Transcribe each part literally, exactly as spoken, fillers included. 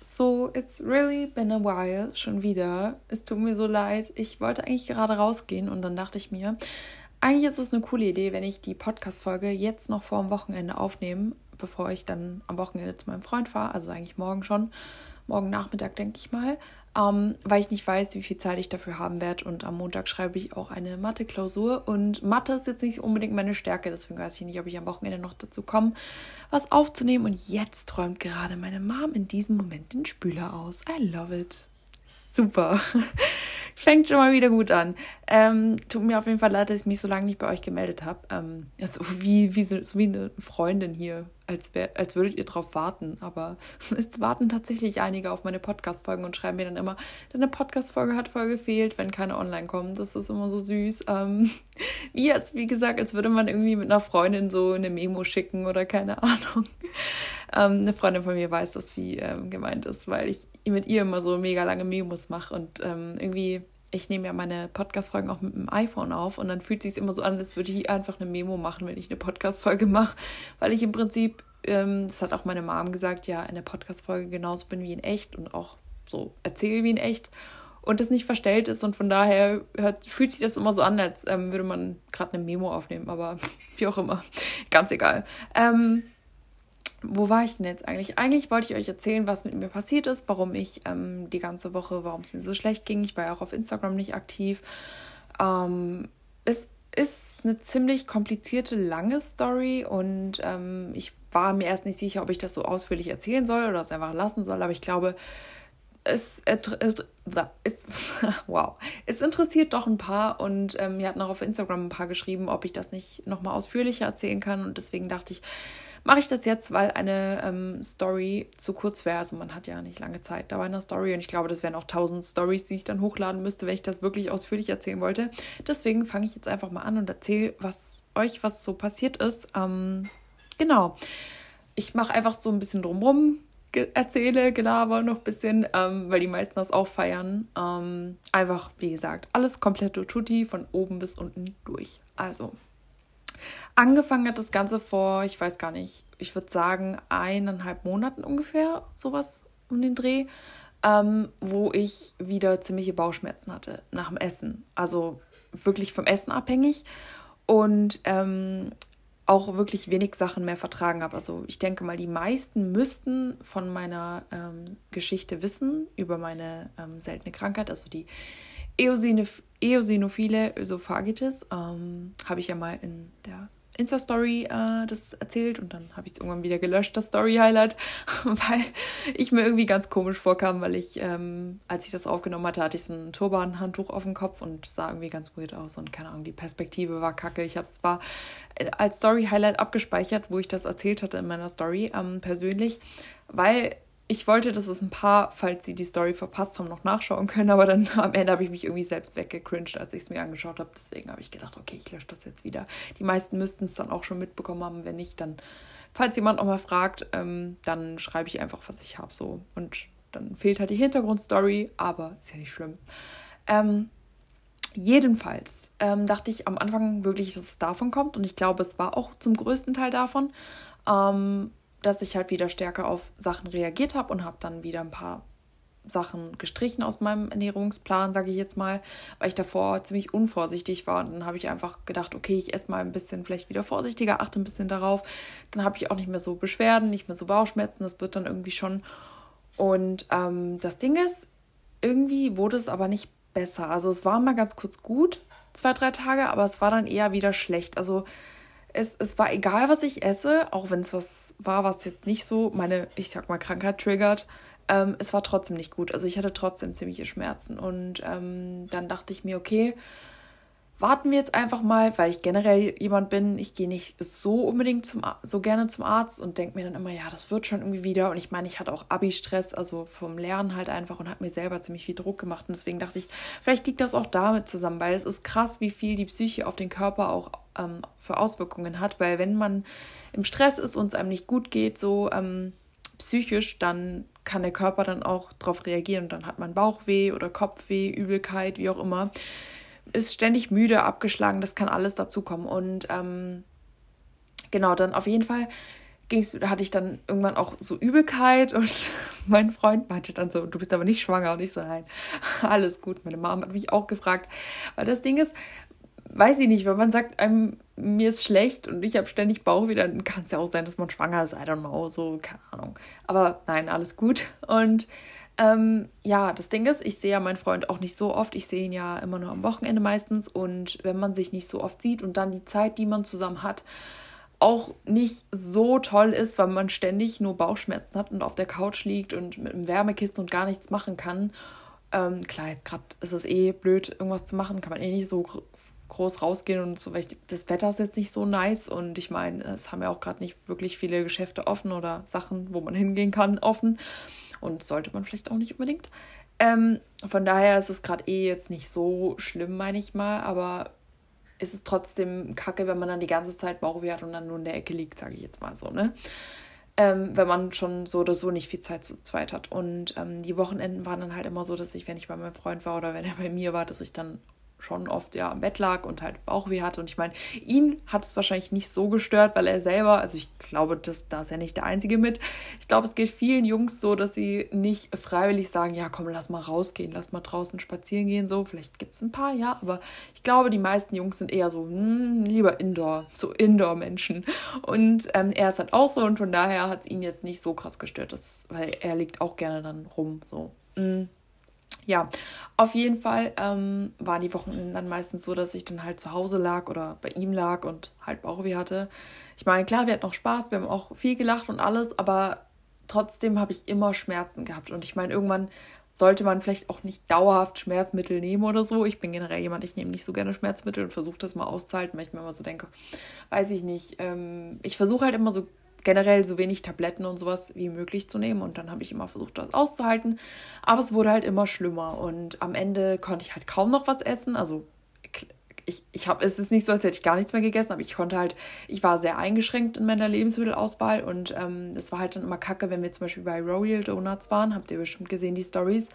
So, it's really been a while, schon wieder. Es tut mir so leid. Ich wollte eigentlich gerade rausgehen und dann dachte ich mir, eigentlich ist es eine coole Idee, wenn ich die Podcast-Folge jetzt noch vor dem Wochenende aufnehme, bevor ich dann am Wochenende zu meinem Freund fahre, also eigentlich morgen schon, morgen Nachmittag denke ich mal, ähm, weil ich nicht weiß, wie viel Zeit ich dafür haben werde und am Montag schreibe ich auch eine Mathe-Klausur und Mathe ist jetzt nicht unbedingt meine Stärke, deswegen weiß ich nicht, ob ich am Wochenende noch dazu komme, was aufzunehmen und jetzt räumt gerade meine Mom in diesem Moment den Spüler aus. I love it. Super. Fängt schon mal wieder gut an. Ähm, tut mir auf jeden Fall leid, dass ich mich so lange nicht bei euch gemeldet habe. Ähm, so wie, wie, so, so wie eine Freundin hier, als, wär, als würdet ihr drauf warten. Aber es warten tatsächlich einige auf meine Podcast-Folgen und schreiben mir dann immer, deine Podcast-Folge hat voll gefehlt, wenn keine online kommt. Das ist immer so süß. Ähm, wie jetzt, wie gesagt, als würde man irgendwie mit einer Freundin so eine Memo schicken oder keine Ahnung. Ähm, eine Freundin von mir weiß, dass sie ähm, gemeint ist, weil ich mit ihr immer so mega lange Memos mache und ähm, irgendwie, ich nehme ja meine Podcast-Folgen auch mit dem iPhone auf und dann fühlt es sich immer so an, als würde ich einfach eine Memo machen, wenn ich eine Podcast-Folge mache, weil ich im Prinzip, ähm, das hat auch meine Mom gesagt, ja, in der Podcast-Folge genauso bin wie in echt und auch so erzähle wie in echt und das nicht verstellt ist und von daher hört, fühlt sich das immer so an, als ähm, würde man gerade eine Memo aufnehmen, aber wie auch immer, ganz egal. Ähm, Wo war ich denn jetzt eigentlich? Eigentlich wollte ich euch erzählen, was mit mir passiert ist, warum ich ähm, die ganze Woche, warum es mir so schlecht ging. Ich war ja auch auf Instagram nicht aktiv. Ähm, es ist eine ziemlich komplizierte, lange Story und ähm, ich war mir erst nicht sicher, ob ich das so ausführlich erzählen soll oder es einfach lassen soll, aber ich glaube, es, es, es, wow. es interessiert doch ein paar und ähm, mir hatten auch auf Instagram ein paar geschrieben, ob ich das nicht nochmal ausführlicher erzählen kann und deswegen dachte ich, mache ich das jetzt, weil eine ähm, Story zu kurz wäre. Also man hat ja nicht lange Zeit da bei einer Story und ich glaube, das wären auch tausend Stories, die ich dann hochladen müsste, wenn ich das wirklich ausführlich erzählen wollte. Deswegen fange ich jetzt einfach mal an und erzähle was euch, was so passiert ist. Ähm, genau. Ich mache einfach so ein bisschen drumrum, ge- erzähle, gelaber noch ein bisschen, ähm, weil die meisten das auch feiern. Ähm, einfach, wie gesagt, alles komplett tutti von oben bis unten durch. Also angefangen hat das Ganze vor, ich weiß gar nicht, ich würde sagen eineinhalb Monaten ungefähr, sowas um den Dreh, ähm, wo ich wieder ziemliche Bauchschmerzen hatte nach dem Essen. Also wirklich vom Essen abhängig und ähm, auch wirklich wenig Sachen mehr vertragen habe. Also ich denke mal, die meisten müssten von meiner ähm, Geschichte wissen über meine ähm, seltene Krankheit, also die Eosinoph- Eosinophile Ösophagitis. Ähm, habe ich ja mal in der Insta-Story äh, das erzählt und dann habe ich es irgendwann wieder gelöscht, das Story-Highlight, weil ich mir irgendwie ganz komisch vorkam, weil ich, ähm, als ich das aufgenommen hatte, hatte ich so ein Turban-Handtuch auf dem Kopf und sah irgendwie ganz weird aus und keine Ahnung, die Perspektive war kacke. Ich habe es zwar als Story-Highlight abgespeichert, wo ich das erzählt hatte in meiner Story, ähm, persönlich, weil ich wollte, dass es ein paar, falls sie die Story verpasst haben, noch nachschauen können, aber dann am Ende habe ich mich irgendwie selbst weggecringed, als ich es mir angeschaut habe. Deswegen habe ich gedacht, okay, ich lösche das jetzt wieder. Die meisten müssten es dann auch schon mitbekommen haben. Wenn nicht, dann, falls jemand auch mal fragt, ähm, dann schreibe ich einfach, was ich habe. So. Und dann fehlt halt die Hintergrundstory, aber ist ja nicht schlimm. Ähm, jedenfalls ähm, dachte ich am Anfang wirklich, dass es davon kommt. Und ich glaube, es war auch zum größten Teil davon. Ähm, dass ich halt wieder stärker auf Sachen reagiert habe und habe dann wieder ein paar Sachen gestrichen aus meinem Ernährungsplan, sage ich jetzt mal, weil ich davor ziemlich unvorsichtig war. Und dann habe ich einfach gedacht, okay, ich esse mal ein bisschen vielleicht wieder vorsichtiger, achte ein bisschen darauf. Dann habe ich auch nicht mehr so Beschwerden, nicht mehr so Bauchschmerzen, das wird dann irgendwie schon. Und ähm, das Ding ist, irgendwie wurde es aber nicht besser. Also es war mal ganz kurz gut, zwei, drei Tage, aber es war dann eher wieder schlecht. Also Es, es war egal, was ich esse, auch wenn es was war, was jetzt nicht so meine, ich sag mal, Krankheit triggert. Ähm, es war trotzdem nicht gut. Also ich hatte trotzdem ziemliche Schmerzen. Und ähm, dann dachte ich mir, okay, warten wir jetzt einfach mal, weil ich generell jemand bin, ich gehe nicht so unbedingt zum, so gerne zum Arzt und denke mir dann immer, ja, das wird schon irgendwie wieder. Und ich meine, ich hatte auch Abi-Stress, also vom Lernen halt einfach und habe mir selber ziemlich viel Druck gemacht. Und deswegen dachte ich, vielleicht liegt das auch damit zusammen, weil es ist krass, wie viel die Psyche auf den Körper auch ähm, für Auswirkungen hat. Weil wenn man im Stress ist und es einem nicht gut geht, so ähm, psychisch, dann kann der Körper dann auch darauf reagieren. Und dann hat man Bauchweh oder Kopfweh, Übelkeit, wie auch immer. Ist ständig müde, abgeschlagen, das kann alles dazukommen. Und ähm, genau, dann auf jeden Fall ging's, hatte ich dann irgendwann auch so Übelkeit und mein Freund meinte dann so, du bist aber nicht schwanger. Und ich so, nein, alles gut. Meine Mom hat mich auch gefragt, weil das Ding ist, weiß ich nicht, wenn man sagt, einem, mir ist schlecht und ich habe ständig Bauchweh, dann kann es ja auch sein, dass man schwanger ist, I don't know, so, keine Ahnung. Aber nein, alles gut. Und ähm, ja, das Ding ist, ich sehe ja meinen Freund auch nicht so oft. Ich sehe ihn ja immer nur am Wochenende meistens. Und wenn man sich nicht so oft sieht und dann die Zeit, die man zusammen hat, auch nicht so toll ist, weil man ständig nur Bauchschmerzen hat und auf der Couch liegt und mit einem Wärmekissen und gar nichts machen kann. Ähm, klar, jetzt gerade ist es eh blöd, irgendwas zu machen, kann man eh nicht so groß rausgehen und so, weil ich, das Wetter ist jetzt nicht so nice und ich meine, es haben ja auch gerade nicht wirklich viele Geschäfte offen oder Sachen, wo man hingehen kann, offen und sollte man vielleicht auch nicht unbedingt. Ähm, von daher ist es gerade eh jetzt nicht so schlimm, meine ich mal, aber es ist trotzdem kacke, wenn man dann die ganze Zeit Bauchweh hat und dann nur in der Ecke liegt, sage ich jetzt mal so, ne? Ähm, wenn man schon so oder so nicht viel Zeit zu zweit hat. Und ähm, die Wochenenden waren dann halt immer so, dass ich, wenn ich bei meinem Freund war oder wenn er bei mir war, dass ich dann schon oft ja am Bett lag und halt Bauchweh hatte. Und ich meine, ihn hat es wahrscheinlich nicht so gestört, weil er selber, also ich glaube, das, da ist er nicht der Einzige mit. Ich glaube, es geht vielen Jungs so, dass sie nicht freiwillig sagen, ja komm, lass mal rausgehen, lass mal draußen spazieren gehen, so. Vielleicht gibt es ein paar, ja, aber ich glaube, die meisten Jungs sind eher so, hm, lieber Indoor, so Indoor-Menschen. Und ähm, er ist halt auch so und von daher hat es ihn jetzt nicht so krass gestört, dass, weil er liegt auch gerne dann rum, so. Mm. Ja, auf jeden Fall ähm, waren die Wochenenden dann meistens so, dass ich dann halt zu Hause lag oder bei ihm lag und halt Bauchweh hatte. Ich meine, klar, wir hatten noch Spaß, wir haben auch viel gelacht und alles, aber trotzdem habe ich immer Schmerzen gehabt. Und ich meine, irgendwann sollte man vielleicht auch nicht dauerhaft Schmerzmittel nehmen oder so. Ich bin generell jemand, ich nehme nicht so gerne Schmerzmittel und versuche das mal auszuhalten, weil ich mir immer so denke, weiß ich nicht. Ähm, ich versuche halt immer so generell so wenig Tabletten und sowas wie möglich zu nehmen und dann habe ich immer versucht, das auszuhalten, aber es wurde halt immer schlimmer und am Ende konnte ich halt kaum noch was essen, also ich, ich habe, es ist nicht so, als hätte ich gar nichts mehr gegessen, aber ich konnte halt, ich war sehr eingeschränkt in meiner Lebensmittelauswahl und ähm, es war halt dann immer kacke, wenn wir zum Beispiel bei Royal Donuts waren, habt ihr bestimmt gesehen, die Stories,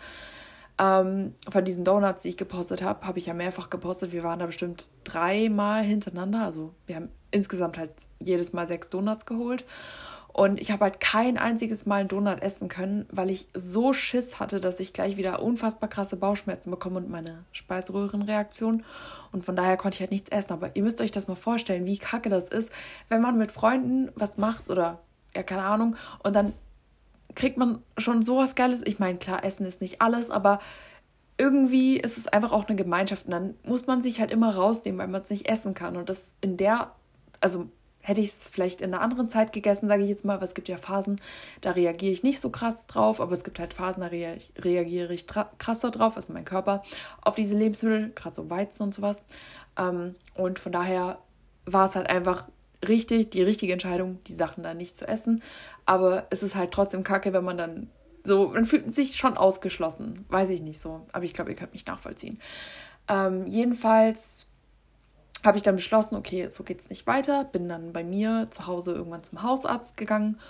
ähm, von diesen Donuts, die ich gepostet habe, habe ich ja mehrfach gepostet. Wir waren da bestimmt dreimal hintereinander. Also wir haben insgesamt halt jedes Mal sechs Donuts geholt. Und ich habe halt kein einziges Mal einen Donut essen können, weil ich so Schiss hatte, dass ich gleich wieder unfassbar krasse Bauchschmerzen bekomme und meine Speiseröhrenreaktion. Und von daher konnte ich halt nichts essen. Aber ihr müsst euch das mal vorstellen, wie kacke das ist, wenn man mit Freunden was macht oder, ja, keine Ahnung, und dann kriegt man schon sowas Geiles. Ich meine, klar, Essen ist nicht alles, aber irgendwie ist es einfach auch eine Gemeinschaft. Und dann muss man sich halt immer rausnehmen, weil man es nicht essen kann. Und das in der, also hätte ich es vielleicht in einer anderen Zeit gegessen, sage ich jetzt mal, aber es gibt ja Phasen, da reagiere ich nicht so krass drauf, aber es gibt halt Phasen, da rea- reagiere ich tra- krasser drauf, also mein Körper, auf diese Lebensmittel, gerade so Weizen und sowas. Ähm, und von daher war es halt einfach richtig, die richtige Entscheidung, die Sachen dann nicht zu essen. Aber es ist halt trotzdem kacke, wenn man dann so, man fühlt sich schon ausgeschlossen. Weiß ich nicht so, aber ich glaube, ihr könnt mich nachvollziehen. Ähm, jedenfalls habe ich dann beschlossen, okay, so geht's nicht weiter. Bin dann bei mir zu Hause irgendwann zum Hausarzt gegangen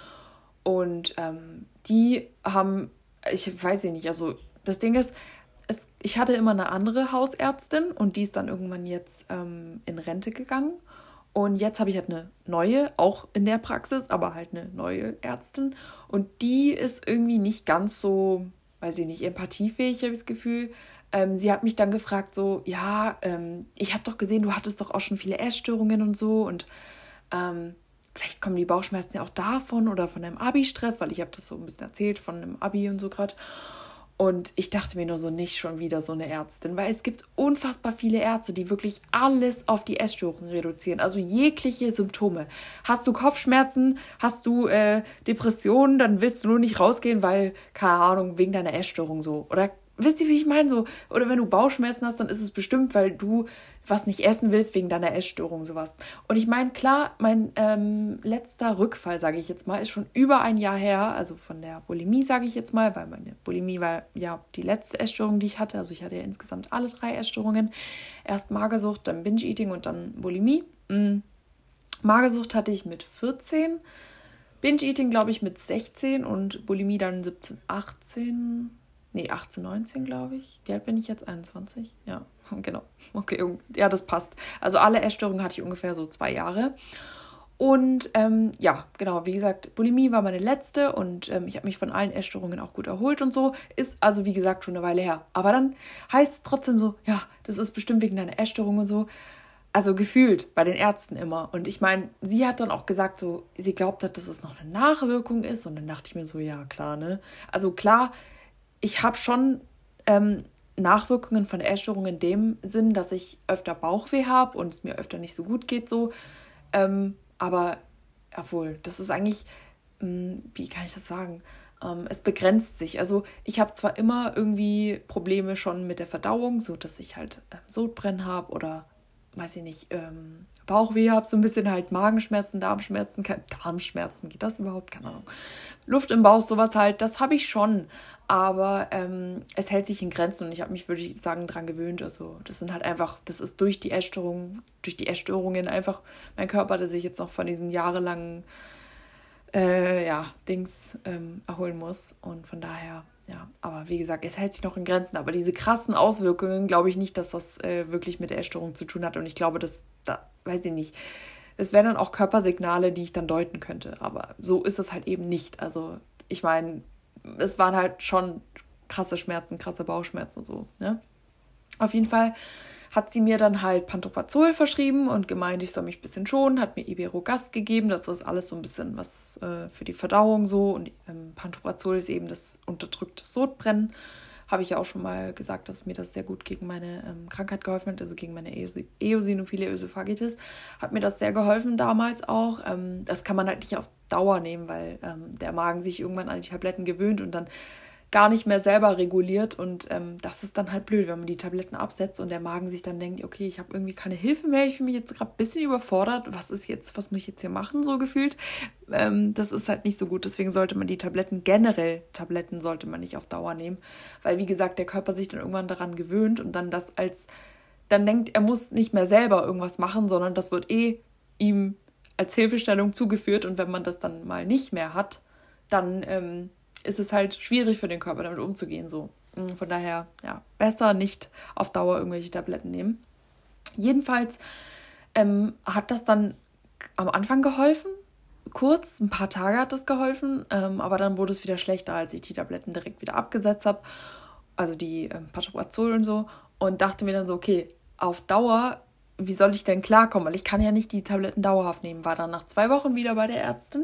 und ähm, die haben, ich weiß ja nicht, also das Ding ist, es, ich hatte immer eine andere Hausärztin und die ist dann irgendwann jetzt ähm, in Rente gegangen. Und jetzt habe ich halt eine neue, auch in der Praxis, aber halt eine neue Ärztin. Und die ist irgendwie nicht ganz so, weiß ich nicht, empathiefähig, habe ich das Gefühl. Ähm, sie hat mich dann gefragt so, ja, ähm, ich habe doch gesehen, du hattest doch auch schon viele Essstörungen und so. Und ähm, vielleicht kommen die Bauchschmerzen ja auch davon oder von deinem Abi-Stress, weil ich habe das so ein bisschen erzählt von einem Abi und so gerade. Und ich dachte mir nur so, nicht schon wieder so eine Ärztin, weil es gibt unfassbar viele Ärzte, die wirklich alles auf die Essstörungen reduzieren, also jegliche Symptome. Hast du Kopfschmerzen, hast du äh, Depressionen, dann willst du nur nicht rausgehen, weil, keine Ahnung, wegen deiner Essstörung so. Oder wisst ihr, wie ich meine? So, oder wenn du Bauchschmerzen hast, dann ist es bestimmt, weil du was nicht essen willst wegen deiner Essstörung, sowas. Und ich meine, klar, mein ähm, letzter Rückfall, sage ich jetzt mal, ist schon über ein Jahr her, also von der Bulimie, sage ich jetzt mal, weil meine Bulimie war ja die letzte Essstörung, die ich hatte. Also ich hatte ja insgesamt alle drei Essstörungen. Erst Magersucht, dann Binge-Eating und dann Bulimie. Mhm. Magersucht hatte ich mit vierzehn, Binge-Eating, glaube ich, mit sechzehn und Bulimie dann siebzehn, achtzehn... Nee, achtzehn, neunzehn, glaube ich. Wie alt bin ich jetzt? einundzwanzig? Ja, genau. Okay, ja, das passt. Also alle Essstörungen hatte ich ungefähr so zwei Jahre. Und ähm, ja, genau, wie gesagt, Bulimie war meine letzte und ähm, ich habe mich von allen Essstörungen auch gut erholt und so. Ist also, wie gesagt, schon eine Weile her. Aber dann heißt es trotzdem so, ja, das ist bestimmt wegen deiner Essstörung und so. Also gefühlt bei den Ärzten immer. Und ich meine, sie hat dann auch gesagt, so, sie glaubt hat, dass es noch eine Nachwirkung ist. Und dann dachte ich mir so, ja, klar, ne? Also klar, ich habe schon ähm, Nachwirkungen von Essstörungen in dem Sinn, dass ich öfter Bauchweh habe und es mir öfter nicht so gut geht, so. Ähm, aber, obwohl, das ist eigentlich, mh, wie kann ich das sagen? Ähm, es begrenzt sich. Also ich habe zwar immer irgendwie Probleme schon mit der Verdauung, so dass ich halt ähm, Sodbrennen habe oder, weiß ich nicht, ähm, Bauchweh habe, so ein bisschen halt Magenschmerzen, Darmschmerzen, kein, Darmschmerzen, geht das überhaupt? Keine Ahnung. Luft im Bauch, sowas halt, das habe ich schon. Aber ähm, es hält sich in Grenzen und ich habe mich, würde ich sagen, dran gewöhnt. Also das sind halt einfach, das ist durch die Essstörung, durch die Essstörungen einfach mein Körper, der sich jetzt noch von diesem jahrelangen äh, ja, Dings ähm, erholen muss. Und von daher, ja, aber wie gesagt, es hält sich noch in Grenzen. Aber diese krassen Auswirkungen, glaube ich nicht, dass das äh, wirklich mit der Essstörung zu tun hat. Und ich glaube, das, da, weiß ich nicht, es wären dann auch Körpersignale, die ich dann deuten könnte. Aber so ist es halt eben nicht. Also ich meine, es waren halt schon krasse Schmerzen, krasse Bauchschmerzen und so, ne? Auf jeden Fall hat sie mir dann halt Pantoprazol verschrieben und gemeint, ich soll mich ein bisschen schonen, hat mir Iberogast gegeben, das ist alles so ein bisschen was äh, für die Verdauung so und ähm, Pantoprazol ist eben das unterdrückte Sodbrennen. Habe ich ja auch schon mal gesagt, dass mir das sehr gut gegen meine ähm, Krankheit geholfen hat, also gegen meine eosinophile Ösophagitis. Hat mir das sehr geholfen damals auch. Ähm, das kann man halt nicht auf Dauer nehmen, weil ähm, der Magen sich irgendwann an die Tabletten gewöhnt und dann gar nicht mehr selber reguliert. Und ähm, das ist dann halt blöd, wenn man die Tabletten absetzt und der Magen sich dann denkt, okay, ich habe irgendwie keine Hilfe mehr, ich fühle mich jetzt gerade ein bisschen überfordert. Was ist jetzt, was muss ich jetzt hier machen, so gefühlt? Ähm, das ist halt nicht so gut. Deswegen sollte man die Tabletten, generell Tabletten sollte man nicht auf Dauer nehmen. Weil, wie gesagt, der Körper sich dann irgendwann daran gewöhnt und dann das als, dann denkt, er muss nicht mehr selber irgendwas machen, sondern das wird eh ihm als Hilfestellung zugeführt. Und wenn man das dann mal nicht mehr hat, dann ähm, ist es halt schwierig für den Körper, damit umzugehen. So. Von daher, ja, besser nicht auf Dauer irgendwelche Tabletten nehmen. Jedenfalls ähm, hat das dann am Anfang geholfen. Kurz, ein paar Tage hat das geholfen, ähm, aber dann wurde es wieder schlechter, als ich die Tabletten direkt wieder abgesetzt habe. Also die ähm, Pantoprazol und so. Und dachte mir dann so, okay, auf Dauer, wie soll ich denn klarkommen? Weil ich kann ja nicht die Tabletten dauerhaft nehmen. War dann nach zwei Wochen wieder bei der Ärztin.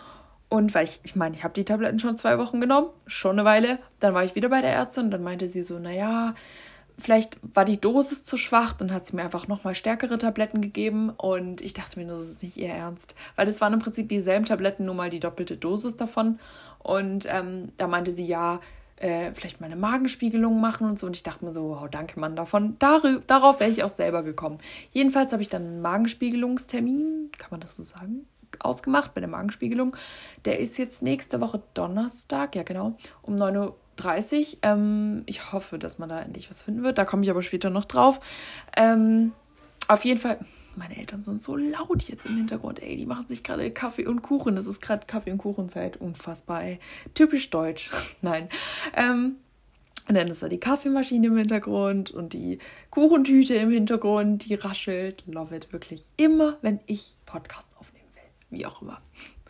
Und weil ich, ich meine, ich habe die Tabletten schon zwei Wochen genommen, schon eine Weile. Dann war ich wieder bei der Ärztin und dann meinte sie so, naja, vielleicht war die Dosis zu schwach. Dann hat sie mir einfach nochmal stärkere Tabletten gegeben. Und ich dachte mir, das ist nicht ihr Ernst. Weil das waren im Prinzip dieselben Tabletten, nur mal die doppelte Dosis davon. Und ähm, da meinte sie, ja, äh, vielleicht meine Magenspiegelung machen und so. Und ich dachte mir so, wow, danke, Mann, davon. Darü- darauf wäre ich auch selber gekommen. Jedenfalls habe ich dann einen Magenspiegelungstermin, kann man das so sagen, ausgemacht bei der Magenspiegelung. Der ist jetzt nächste Woche Donnerstag, ja genau, um neun Uhr dreißig. Ähm, ich hoffe, dass man da endlich was finden wird. Da komme ich aber später noch drauf. Ähm, auf jeden Fall, meine Eltern sind so laut jetzt im Hintergrund. Ey, die machen sich gerade Kaffee und Kuchen. Das ist gerade Kaffee- und Kuchenzeit. Unfassbar, ey. Typisch deutsch. Nein. Ähm, und dann ist da die Kaffeemaschine im Hintergrund und die Kuchentüte im Hintergrund, die raschelt. Love it, wirklich. Immer, wenn ich Podcast aufnehme. Wie auch immer.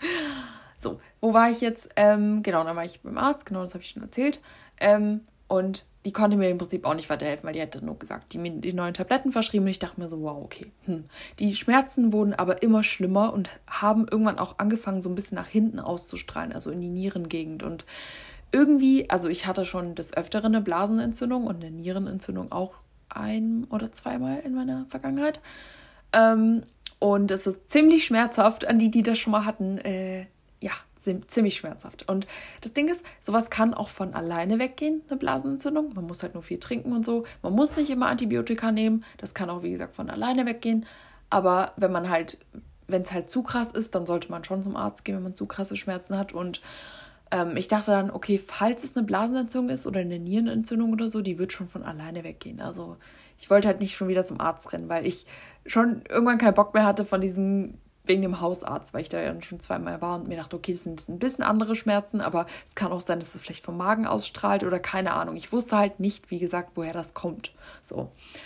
So, wo war ich jetzt? Ähm, genau, dann war ich beim Arzt, genau, das habe ich schon erzählt. Ähm, und die konnte mir im Prinzip auch nicht weiterhelfen, weil die hat dann nur gesagt, die mir die neuen Tabletten verschrieben und ich dachte mir so, wow, okay. Hm. Die Schmerzen wurden aber immer schlimmer und haben irgendwann auch angefangen, so ein bisschen nach hinten auszustrahlen, also in die Nierengegend. Und irgendwie, also ich hatte schon des Öfteren eine Blasenentzündung und eine Nierenentzündung auch ein- oder zweimal in meiner Vergangenheit. Ähm, Und es ist ziemlich schmerzhaft, an die, die das schon mal hatten, äh, ja, ziemlich schmerzhaft. Und das Ding ist, sowas kann auch von alleine weggehen, eine Blasenentzündung. Man muss halt nur viel trinken und so. Man muss nicht immer Antibiotika nehmen. Das kann auch, wie gesagt, von alleine weggehen. Aber wenn man halt, wenn es halt zu krass ist, dann sollte man schon zum Arzt gehen, wenn man zu krasse Schmerzen hat. Und ähm, ich dachte dann, okay, falls es eine Blasenentzündung ist oder eine Nierenentzündung oder so, die wird schon von alleine weggehen. Also ich wollte halt nicht schon wieder zum Arzt rennen, weil ich schon irgendwann keinen Bock mehr hatte von diesem, wegen dem Hausarzt, weil ich da ja schon zweimal war und mir dachte, okay, das sind ein bisschen andere Schmerzen, aber es kann auch sein, dass es vielleicht vom Magen ausstrahlt oder keine Ahnung. Ich wusste halt nicht, wie gesagt, woher das kommt. So.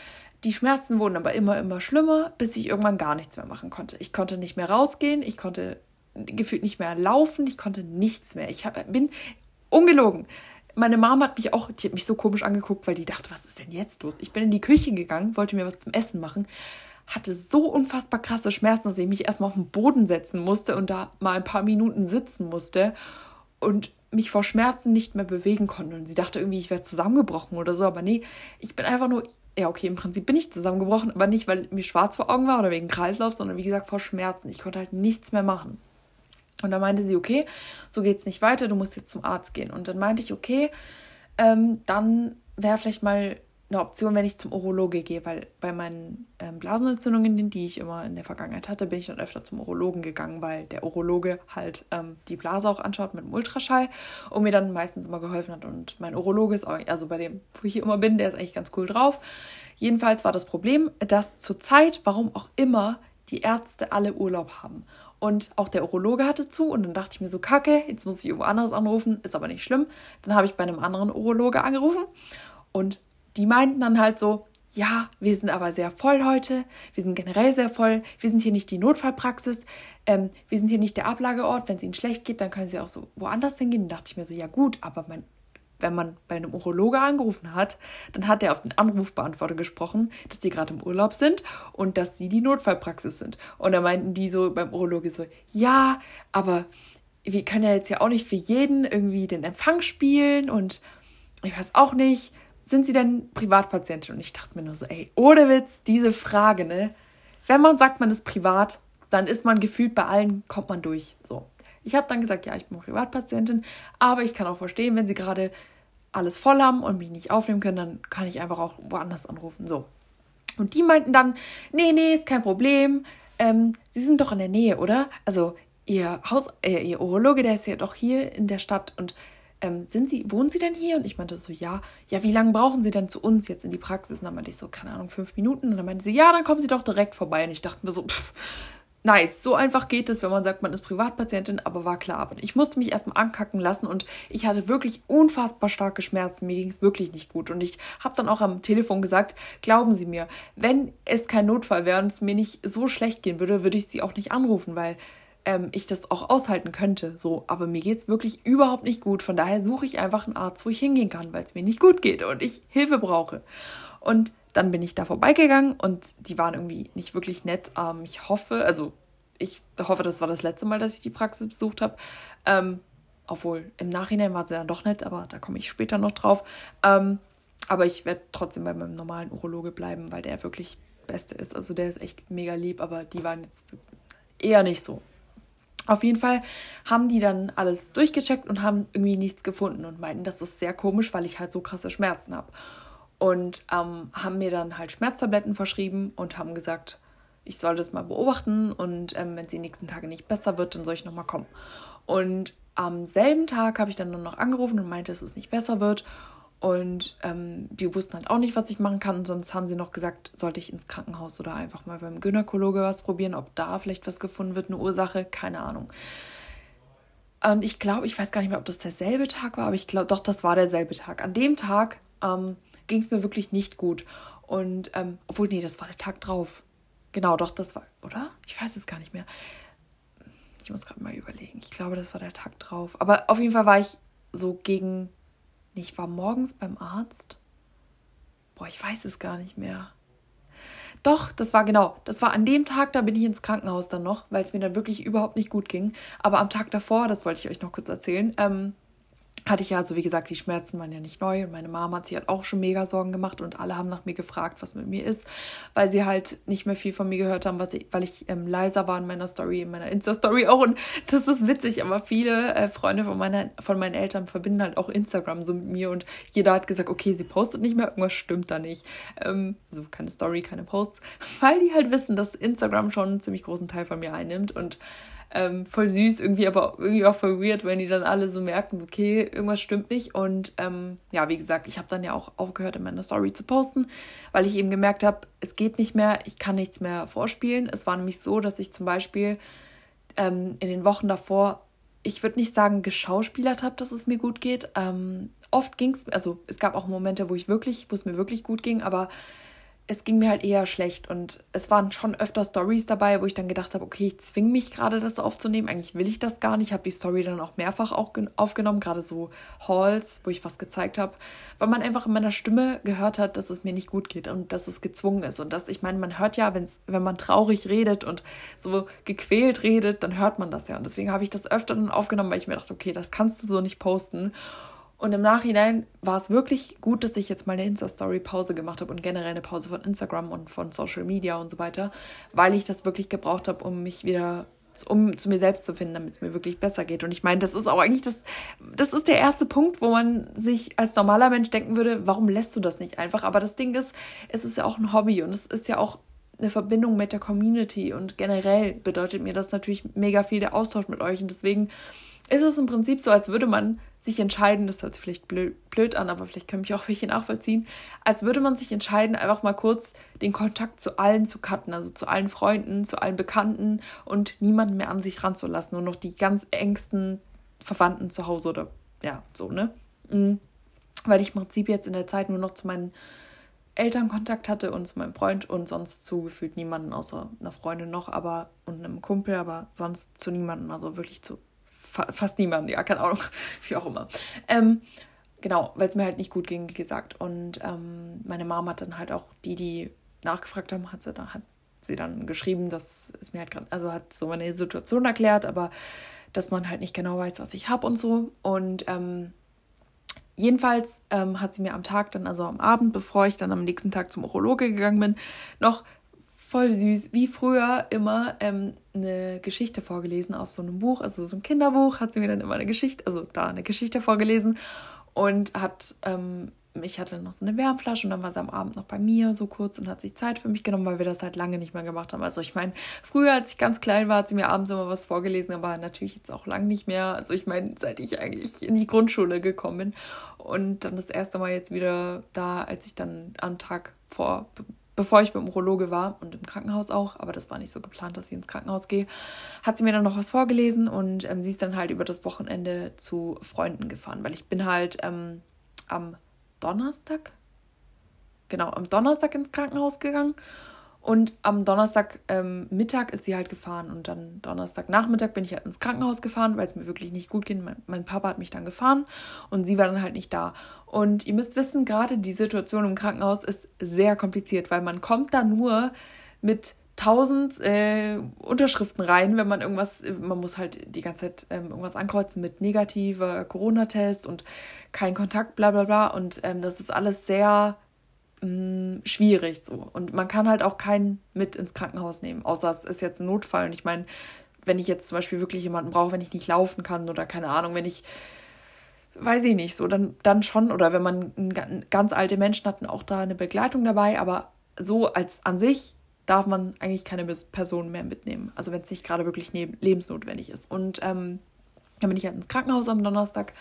Die Schmerzen wurden aber immer, immer schlimmer, bis ich irgendwann gar nichts mehr machen konnte. Ich konnte nicht mehr rausgehen, ich konnte gefühlt nicht mehr laufen, ich konnte nichts mehr. Ich hab, bin ungelogen. Meine Mama hat mich auch, die hat mich so komisch angeguckt, weil die dachte, was ist denn jetzt los? Ich bin in die Küche gegangen, wollte mir was zum Essen machen, hatte so unfassbar krasse Schmerzen, dass ich mich erstmal auf den Boden setzen musste und da mal ein paar Minuten sitzen musste und mich vor Schmerzen nicht mehr bewegen konnte. Und sie dachte irgendwie, ich wäre zusammengebrochen oder so, aber nee, ich bin einfach nur, ja okay, im Prinzip bin ich zusammengebrochen, aber nicht, weil mir schwarz vor Augen war oder wegen Kreislauf, sondern wie gesagt vor Schmerzen. Ich konnte halt nichts mehr machen. Und dann meinte sie, okay, so geht's nicht weiter, du musst jetzt zum Arzt gehen. Und dann meinte ich, okay, ähm, dann wäre vielleicht mal eine Option, wenn ich zum Urologe gehe, weil bei meinen ähm, Blasenentzündungen, die ich immer in der Vergangenheit hatte, bin ich dann öfter zum Urologen gegangen, weil der Urologe halt ähm, die Blase auch anschaut mit dem Ultraschall und mir dann meistens immer geholfen hat. Und mein Urologe ist auch, also bei dem, wo ich hier immer bin, der ist eigentlich ganz cool drauf. Jedenfalls war das Problem, dass zurzeit, warum auch immer, die Ärzte alle Urlaub haben. Und auch der Urologe hatte zu und dann dachte ich mir so, kacke, jetzt muss ich irgendwo anderes anrufen, ist aber nicht schlimm. Dann habe ich bei einem anderen Urologe angerufen und die meinten dann halt so, ja, wir sind aber sehr voll heute, wir sind generell sehr voll, wir sind hier nicht die Notfallpraxis, ähm, wir sind hier nicht der Ablageort, wenn es ihnen schlecht geht, dann können sie auch so woanders hingehen. Dann dachte ich mir so, ja gut, aber mein wenn man bei einem Urologe angerufen hat, dann hat er auf den Anrufbeantworter gesprochen, dass die gerade im Urlaub sind und dass sie die Notfallpraxis sind. Und da meinten die so beim Urologe so, ja, aber wir können ja jetzt ja auch nicht für jeden irgendwie den Empfang spielen und ich weiß auch nicht, sind sie denn Privatpatientin? Und ich dachte mir nur so, ey, ohne Witz, diese Frage, ne? Wenn man sagt, man ist privat, dann ist man gefühlt bei allen, kommt man durch, so. Ich habe dann gesagt, ja, ich bin Privatpatientin, aber ich kann auch verstehen, wenn sie gerade alles voll haben und mich nicht aufnehmen können, dann kann ich einfach auch woanders anrufen. So. Und die meinten dann, nee, nee, ist kein Problem. Ähm, sie sind doch in der Nähe, oder? Also ihr Haus, äh, ihr Urologe, der ist ja doch hier in der Stadt. Und ähm, sind sie, wohnen sie denn hier? Und ich meinte so, ja. Ja, wie lange brauchen sie denn zu uns jetzt in die Praxis? Und dann meinte ich so, keine Ahnung, fünf Minuten. Und dann meinte sie, ja, dann kommen sie doch direkt vorbei. Und ich dachte mir so, pff, nice, so einfach geht es, wenn man sagt, man ist Privatpatientin, aber war klar. Aber ich musste mich erstmal ankacken lassen und ich hatte wirklich unfassbar starke Schmerzen. Mir ging es wirklich nicht gut. Und ich habe dann auch am Telefon gesagt, glauben Sie mir, wenn es kein Notfall wäre und es mir nicht so schlecht gehen würde, würde ich Sie auch nicht anrufen, weil ähm, ich das auch aushalten könnte. So, aber mir geht es wirklich überhaupt nicht gut. Von daher suche ich einfach einen Arzt, wo ich hingehen kann, weil es mir nicht gut geht und ich Hilfe brauche. Und dann bin ich da vorbeigegangen und die waren irgendwie nicht wirklich nett. Ähm, ich hoffe, also ich hoffe, das war das letzte Mal, dass ich die Praxis besucht habe. Ähm, obwohl, im Nachhinein war sie dann doch nett, aber da komme ich später noch drauf. Ähm, aber ich werde trotzdem bei meinem normalen Urologe bleiben, weil der wirklich Beste ist. Also der ist echt mega lieb, aber die waren jetzt eher nicht so. Auf jeden Fall haben die dann alles durchgecheckt und haben irgendwie nichts gefunden und meinten, das ist sehr komisch, weil ich halt so krasse Schmerzen habe. Und ähm, haben mir dann halt Schmerztabletten verschrieben und haben gesagt, ich soll das mal beobachten und ähm, wenn es die nächsten Tage nicht besser wird, dann soll ich nochmal kommen. Und am selben Tag habe ich dann nur noch angerufen und meinte, dass es nicht besser wird. Und ähm, die wussten halt auch nicht, was ich machen kann. Sonst haben sie noch gesagt, sollte ich ins Krankenhaus oder einfach mal beim Gynäkologe was probieren, ob da vielleicht was gefunden wird, eine Ursache, keine Ahnung. Und ich glaube, ich weiß gar nicht mehr, ob das derselbe Tag war, aber ich glaube, doch, das war derselbe Tag. An dem Tag ähm, ging es mir wirklich nicht gut. Und, ähm, obwohl, nee, das war der Tag drauf. Genau, doch, das war, oder? Ich weiß es gar nicht mehr. Ich muss gerade mal überlegen. Ich glaube, das war der Tag drauf. Aber auf jeden Fall war ich so gegen, nee, ich war morgens beim Arzt. Boah, ich weiß es gar nicht mehr. Doch, das war genau, das war an dem Tag, da bin ich ins Krankenhaus dann noch, weil es mir dann wirklich überhaupt nicht gut ging. Aber am Tag davor, das wollte ich euch noch kurz erzählen, ähm, hatte ich ja, also wie gesagt, die Schmerzen waren ja nicht neu und meine Mama hat sich halt auch schon mega Sorgen gemacht und alle haben nach mir gefragt, was mit mir ist, weil sie halt nicht mehr viel von mir gehört haben, was ich, weil ich ähm, leiser war in meiner Story, in meiner Insta-Story auch und das ist witzig, aber viele äh, Freunde von, meiner, von meinen Eltern verbinden halt auch Instagram so mit mir und jeder hat gesagt, okay, sie postet nicht mehr, irgendwas stimmt da nicht. Ähm, also keine Story, keine Posts, weil die halt wissen, dass Instagram schon einen ziemlich großen Teil von mir einnimmt und Ähm, voll süß, irgendwie aber irgendwie auch voll weird, wenn die dann alle so merken, okay, irgendwas stimmt nicht. Und ähm, ja, wie gesagt, ich habe dann ja auch aufgehört, in meiner Story zu posten, weil ich eben gemerkt habe, es geht nicht mehr, ich kann nichts mehr vorspielen. Es war nämlich so, dass ich zum Beispiel ähm, in den Wochen davor, ich würde nicht sagen, geschauspielert habe, dass es mir gut geht. Ähm, oft ging es, also es gab auch Momente, wo ich wirklich, wo es mir wirklich gut ging, aber es ging mir halt eher schlecht und es waren schon öfter Stories dabei, wo ich dann gedacht habe, okay, ich zwinge mich gerade, das aufzunehmen. Eigentlich will ich das gar nicht. Ich habe die Story dann auch mehrfach auch aufgenommen, gerade so Hauls, wo ich was gezeigt habe, weil man einfach in meiner Stimme gehört hat, dass es mir nicht gut geht und dass es gezwungen ist. Und dass, ich meine, man hört ja, wenn's, wenn man traurig redet und so gequält redet, dann hört man das ja. Und deswegen habe ich das öfter dann aufgenommen, weil ich mir dachte, okay, das kannst du so nicht posten. Und im Nachhinein war es wirklich gut, dass ich jetzt mal eine Insta-Story-Pause gemacht habe und generell eine Pause von Instagram und von Social Media und so weiter, weil ich das wirklich gebraucht habe, um mich wieder, um zu mir selbst zu finden, damit es mir wirklich besser geht. Und ich meine, das ist auch eigentlich das, das ist der erste Punkt, wo man sich als normaler Mensch denken würde, warum lässt du das nicht einfach? Aber das Ding ist, es ist ja auch ein Hobby und es ist ja auch eine Verbindung mit der Community und generell bedeutet mir das natürlich mega viel der Austausch mit euch und deswegen ist es im Prinzip so, als würde man sich entscheiden, das hört sich vielleicht blöd, blöd an, aber vielleicht können mich auch welche nachvollziehen, als würde man sich entscheiden, einfach mal kurz den Kontakt zu allen zu cutten, also zu allen Freunden, zu allen Bekannten und niemanden mehr an sich ranzulassen, nur noch die ganz engsten Verwandten zu Hause oder ja, so, ne? Mhm. Weil ich im Prinzip jetzt in der Zeit nur noch zu meinen Eltern Kontakt hatte und zu meinem Freund und sonst zu gefühlt niemanden, außer einer Freundin noch, aber und einem Kumpel, aber sonst zu niemanden, also wirklich zu fast niemanden, ja, keine Ahnung, wie auch immer. Ähm, genau, weil es mir halt nicht gut ging, wie gesagt. Und ähm, meine Mom hat dann halt auch die, die nachgefragt haben, hat sie dann, hat sie dann geschrieben, dass es mir halt gerade, also hat so meine Situation erklärt, aber dass man halt nicht genau weiß, was ich habe und so. Und ähm, jedenfalls ähm, hat sie mir am Tag dann, also am Abend, bevor ich dann am nächsten Tag zum Urologe gegangen bin, noch voll süß, wie früher immer ähm, eine Geschichte vorgelesen aus so einem Buch, also so ein Kinderbuch, hat sie mir dann immer eine Geschichte, also da eine Geschichte vorgelesen und hat, ähm, ich hatte noch so eine Wärmflasche und dann war sie am Abend noch bei mir so kurz und hat sich Zeit für mich genommen, weil wir das halt lange nicht mehr gemacht haben. Also ich meine, früher, als ich ganz klein war, hat sie mir abends immer was vorgelesen, aber natürlich jetzt auch lang nicht mehr. Also ich meine, seit ich eigentlich in die Grundschule gekommen bin und dann das erste Mal jetzt wieder da, als ich dann am Tag vor bevor ich beim Urologe war und im Krankenhaus auch, aber das war nicht so geplant, dass ich ins Krankenhaus gehe, hat sie mir dann noch was vorgelesen und ähm, sie ist dann halt über das Wochenende zu Freunden gefahren, weil ich bin halt ähm, am Donnerstag, genau, am Donnerstag ins Krankenhaus gegangen und am Donnerstag ähm, Mittag ist sie halt gefahren und dann Donnerstagnachmittag bin ich halt ins Krankenhaus gefahren, weil es mir wirklich nicht gut ging. Mein, mein Papa hat mich dann gefahren und sie war dann halt nicht da. Und ihr müsst wissen, gerade die Situation im Krankenhaus ist sehr kompliziert, weil man kommt da nur mit tausend äh, Unterschriften rein, wenn man irgendwas, man muss halt die ganze Zeit ähm, irgendwas ankreuzen mit negativer Corona-Test und kein Kontakt, bla bla bla. Und ähm, das ist alles sehr schwierig so. Und man kann halt auch keinen mit ins Krankenhaus nehmen, außer es ist jetzt ein Notfall. Und ich meine, wenn ich jetzt zum Beispiel wirklich jemanden brauche, wenn ich nicht laufen kann oder keine Ahnung, wenn ich, weiß ich nicht, so, dann, dann schon. Oder wenn man ganz alte Menschen hat, auch da eine Begleitung dabei. Aber so als an sich darf man eigentlich keine Person mehr mitnehmen. Also wenn es nicht gerade wirklich lebensnotwendig ist. Und ähm, dann bin ich halt ins Krankenhaus am Donnerstag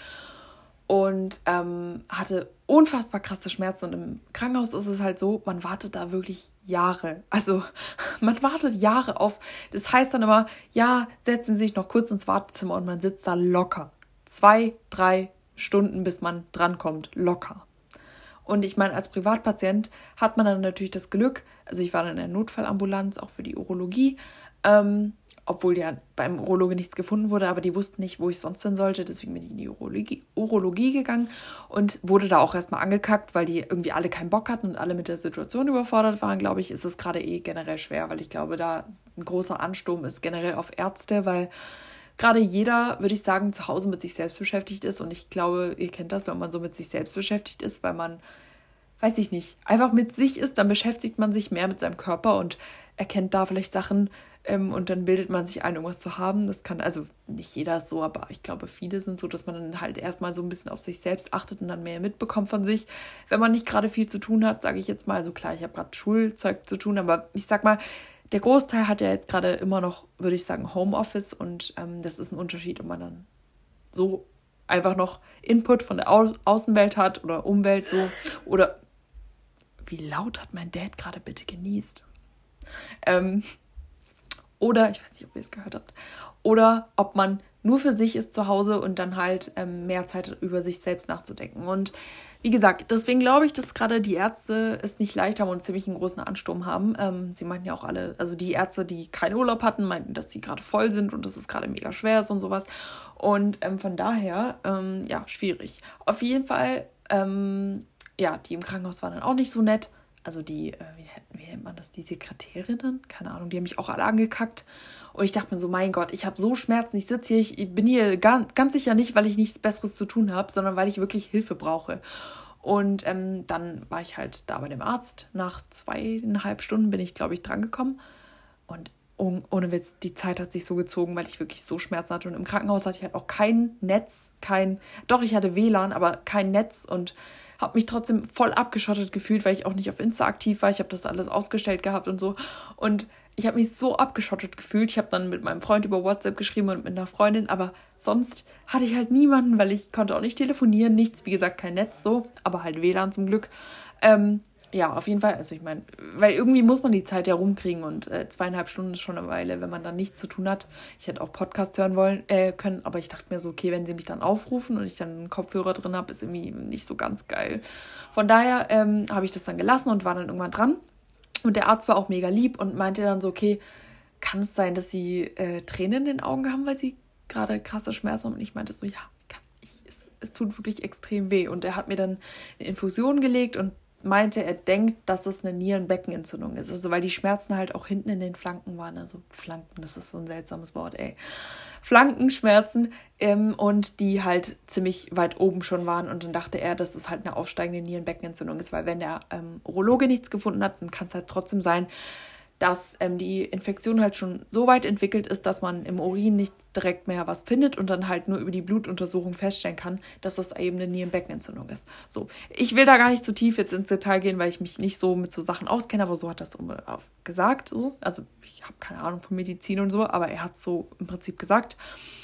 und ähm, hatte unfassbar krasse Schmerzen. Und im Krankenhaus ist es halt so, man wartet da wirklich Jahre. Also man wartet Jahre auf. Das heißt dann immer, ja, setzen Sie sich noch kurz ins Wartezimmer und man sitzt da locker. Zwei, drei Stunden, bis man drankommt. Locker. Und ich meine, als Privatpatient hat man dann natürlich das Glück, also ich war dann in der Notfallambulanz, auch für die Urologie, ähm, obwohl ja beim Urologe nichts gefunden wurde, aber die wussten nicht, wo ich sonst hin sollte, deswegen bin ich in die Urologie, Urologie gegangen und wurde da auch erstmal angekackt, weil die irgendwie alle keinen Bock hatten und alle mit der Situation überfordert waren, glaube ich, ist es gerade eh generell schwer, weil ich glaube, da ein großer Ansturm ist generell auf Ärzte, weil gerade jeder, würde ich sagen, zu Hause mit sich selbst beschäftigt ist und ich glaube, ihr kennt das, wenn man so mit sich selbst beschäftigt ist, weil man, weiß ich nicht, einfach mit sich ist, dann beschäftigt man sich mehr mit seinem Körper und erkennt da vielleicht Sachen, Ähm, und dann bildet man sich ein, irgendwas zu haben. Das kann, also nicht jeder ist so, aber ich glaube, viele sind so, dass man dann halt erstmal so ein bisschen auf sich selbst achtet und dann mehr mitbekommt von sich. Wenn man nicht gerade viel zu tun hat, sage ich jetzt mal, also klar, ich habe gerade Schulzeug zu tun, aber ich sag mal, der Großteil hat ja jetzt gerade immer noch, würde ich sagen, Homeoffice und ähm, das ist ein Unterschied, ob man dann so einfach noch Input von der Au- Außenwelt hat oder Umwelt so oder wie laut hat mein Dad gerade bitte genießt? Ähm, Oder, ich weiß nicht, ob ihr es gehört habt, oder ob man nur für sich ist zu Hause und dann halt ähm, mehr Zeit hat, über sich selbst nachzudenken. Und wie gesagt, deswegen glaube ich, dass gerade die Ärzte es nicht leicht haben und ziemlich einen großen Ansturm haben. Ähm, sie meinten ja auch alle, also die Ärzte, die keinen Urlaub hatten, meinten, dass die gerade voll sind und dass es gerade mega schwer ist und sowas. Und ähm, von daher, ähm, ja, schwierig. Auf jeden Fall, ähm, ja, die im Krankenhaus waren dann auch nicht so nett. Also die, äh, wie, wie nennt man das, die Sekretärinnen? Keine Ahnung, die haben mich auch alle angekackt. Und ich dachte mir so, mein Gott, ich habe so Schmerzen, ich sitze hier, ich bin hier gar, ganz sicher nicht, weil ich nichts Besseres zu tun habe, sondern weil ich wirklich Hilfe brauche. Und ähm, dann war ich halt da bei dem Arzt. Nach zweieinhalb Stunden bin ich, glaube ich, drangekommen. Und oh, ohne Witz, die Zeit hat sich so gezogen, weil ich wirklich so Schmerzen hatte. Und im Krankenhaus hatte ich halt auch kein Netz, kein, doch, ich hatte W L A N, aber kein Netz und habe mich trotzdem voll abgeschottet gefühlt, weil ich auch nicht auf Insta aktiv war. Ich habe das alles ausgestellt gehabt und so. Und ich habe mich so abgeschottet gefühlt. Ich habe dann mit meinem Freund über WhatsApp geschrieben und mit einer Freundin, aber sonst hatte ich halt niemanden, weil ich konnte auch nicht telefonieren, nichts, wie gesagt, kein Netz so, aber halt W L A N zum Glück. Ähm, ja, auf jeden Fall, also ich meine, weil irgendwie muss man die Zeit ja rumkriegen und äh, zweieinhalb Stunden ist schon eine Weile, wenn man dann nichts zu tun hat. Ich hätte auch Podcast hören wollen äh, können, aber ich dachte mir so, okay, wenn sie mich dann aufrufen und ich dann einen Kopfhörer drin habe, ist irgendwie nicht so ganz geil. Von daher ähm, habe ich das dann gelassen und war dann irgendwann dran. Und der Arzt war auch mega lieb und meinte dann so, okay, kann es sein, dass sie äh, Tränen in den Augen haben, weil sie gerade krasse Schmerzen haben? Und ich meinte so, ja, kann ich, es, es tut wirklich extrem weh. Und er hat mir dann eine Infusion gelegt und meinte, er denkt, dass es eine Nierenbeckenentzündung ist. Also weil die Schmerzen halt auch hinten in den Flanken waren. Also Flanken, das ist so ein seltsames Wort, ey. Flankenschmerzen ähm, und die halt ziemlich weit oben schon waren. Und dann dachte er, dass es halt eine aufsteigende Nierenbeckenentzündung ist, weil wenn der ähm, Urologe nichts gefunden hat, dann kann es halt trotzdem sein, dass ähm, die Infektion halt schon so weit entwickelt ist, dass man im Urin nicht direkt mehr was findet und dann halt nur über die Blutuntersuchung feststellen kann, dass das eben eine Nierenbeckenentzündung ist. So, ich will da gar nicht zu tief jetzt ins Detail gehen, weil ich mich nicht so mit so Sachen auskenne, aber so hat das gesagt. So. Also ich habe keine Ahnung von Medizin und so, aber er hat es so im Prinzip gesagt.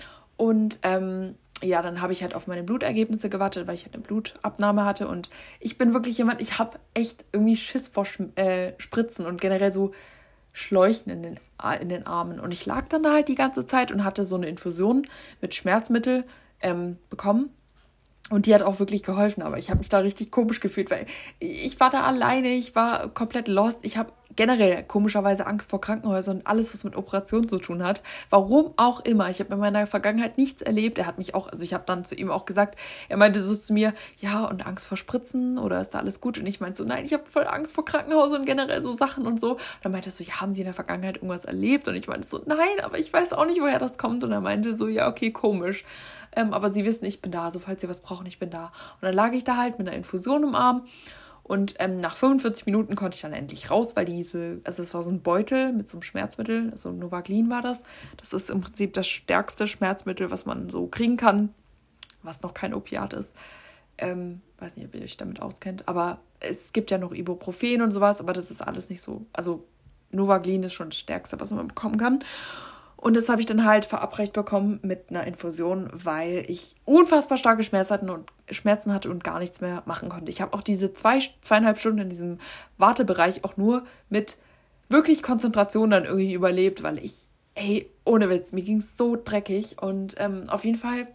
Und ähm, ja, dann habe ich halt auf meine Blutergebnisse gewartet, weil ich halt eine Blutabnahme hatte und ich bin wirklich jemand, ich habe echt irgendwie Schiss vor äh, Spritzen und generell so Schläuchen in den, in den Armen. Und ich lag dann da halt die ganze Zeit und hatte so eine Infusion mit Schmerzmittel ähm, bekommen. Und die hat auch wirklich geholfen, aber ich habe mich da richtig komisch gefühlt, weil ich war da alleine, ich war komplett lost. Ich habe generell komischerweise Angst vor Krankenhäusern und alles, was mit Operationen zu tun hat. Warum auch immer. Ich habe in meiner Vergangenheit nichts erlebt. Er hat mich auch, also ich habe dann zu ihm auch gesagt, er meinte so zu mir, ja, und Angst vor Spritzen oder ist da alles gut? Und ich meinte so, nein, ich habe voll Angst vor Krankenhäusern und generell so Sachen und so. Und dann meinte er so, ja, haben Sie in der Vergangenheit irgendwas erlebt? Und ich meinte so, nein, aber ich weiß auch nicht, woher das kommt. Und er meinte so, ja, okay, komisch. Ähm, aber Sie wissen, ich bin da, also falls Sie was brauchen, ich bin da. Und dann lag ich da halt mit einer Infusion im Arm und ähm, nach fünfundvierzig Minuten konnte ich dann endlich raus, weil diese, also es war so ein Beutel mit so einem Schmerzmittel, also Novaglin war das. Das ist im Prinzip das stärkste Schmerzmittel, was man so kriegen kann, was noch kein Opiat ist. Ähm, weiß nicht, ob ihr euch damit auskennt, aber es gibt ja noch Ibuprofen und sowas, aber das ist alles nicht so, also Novaglin ist schon das Stärkste, was man bekommen kann. Und das habe ich dann halt verabreicht bekommen mit einer Infusion, weil ich unfassbar starke Schmerzen hatte und, Schmerzen hatte und gar nichts mehr machen konnte. Ich habe auch diese zwei, zweieinhalb Stunden in diesem Wartebereich auch nur mit wirklich Konzentration dann irgendwie überlebt, weil ich, ey, ohne Witz, mir ging es so dreckig. Und ähm, auf jeden Fall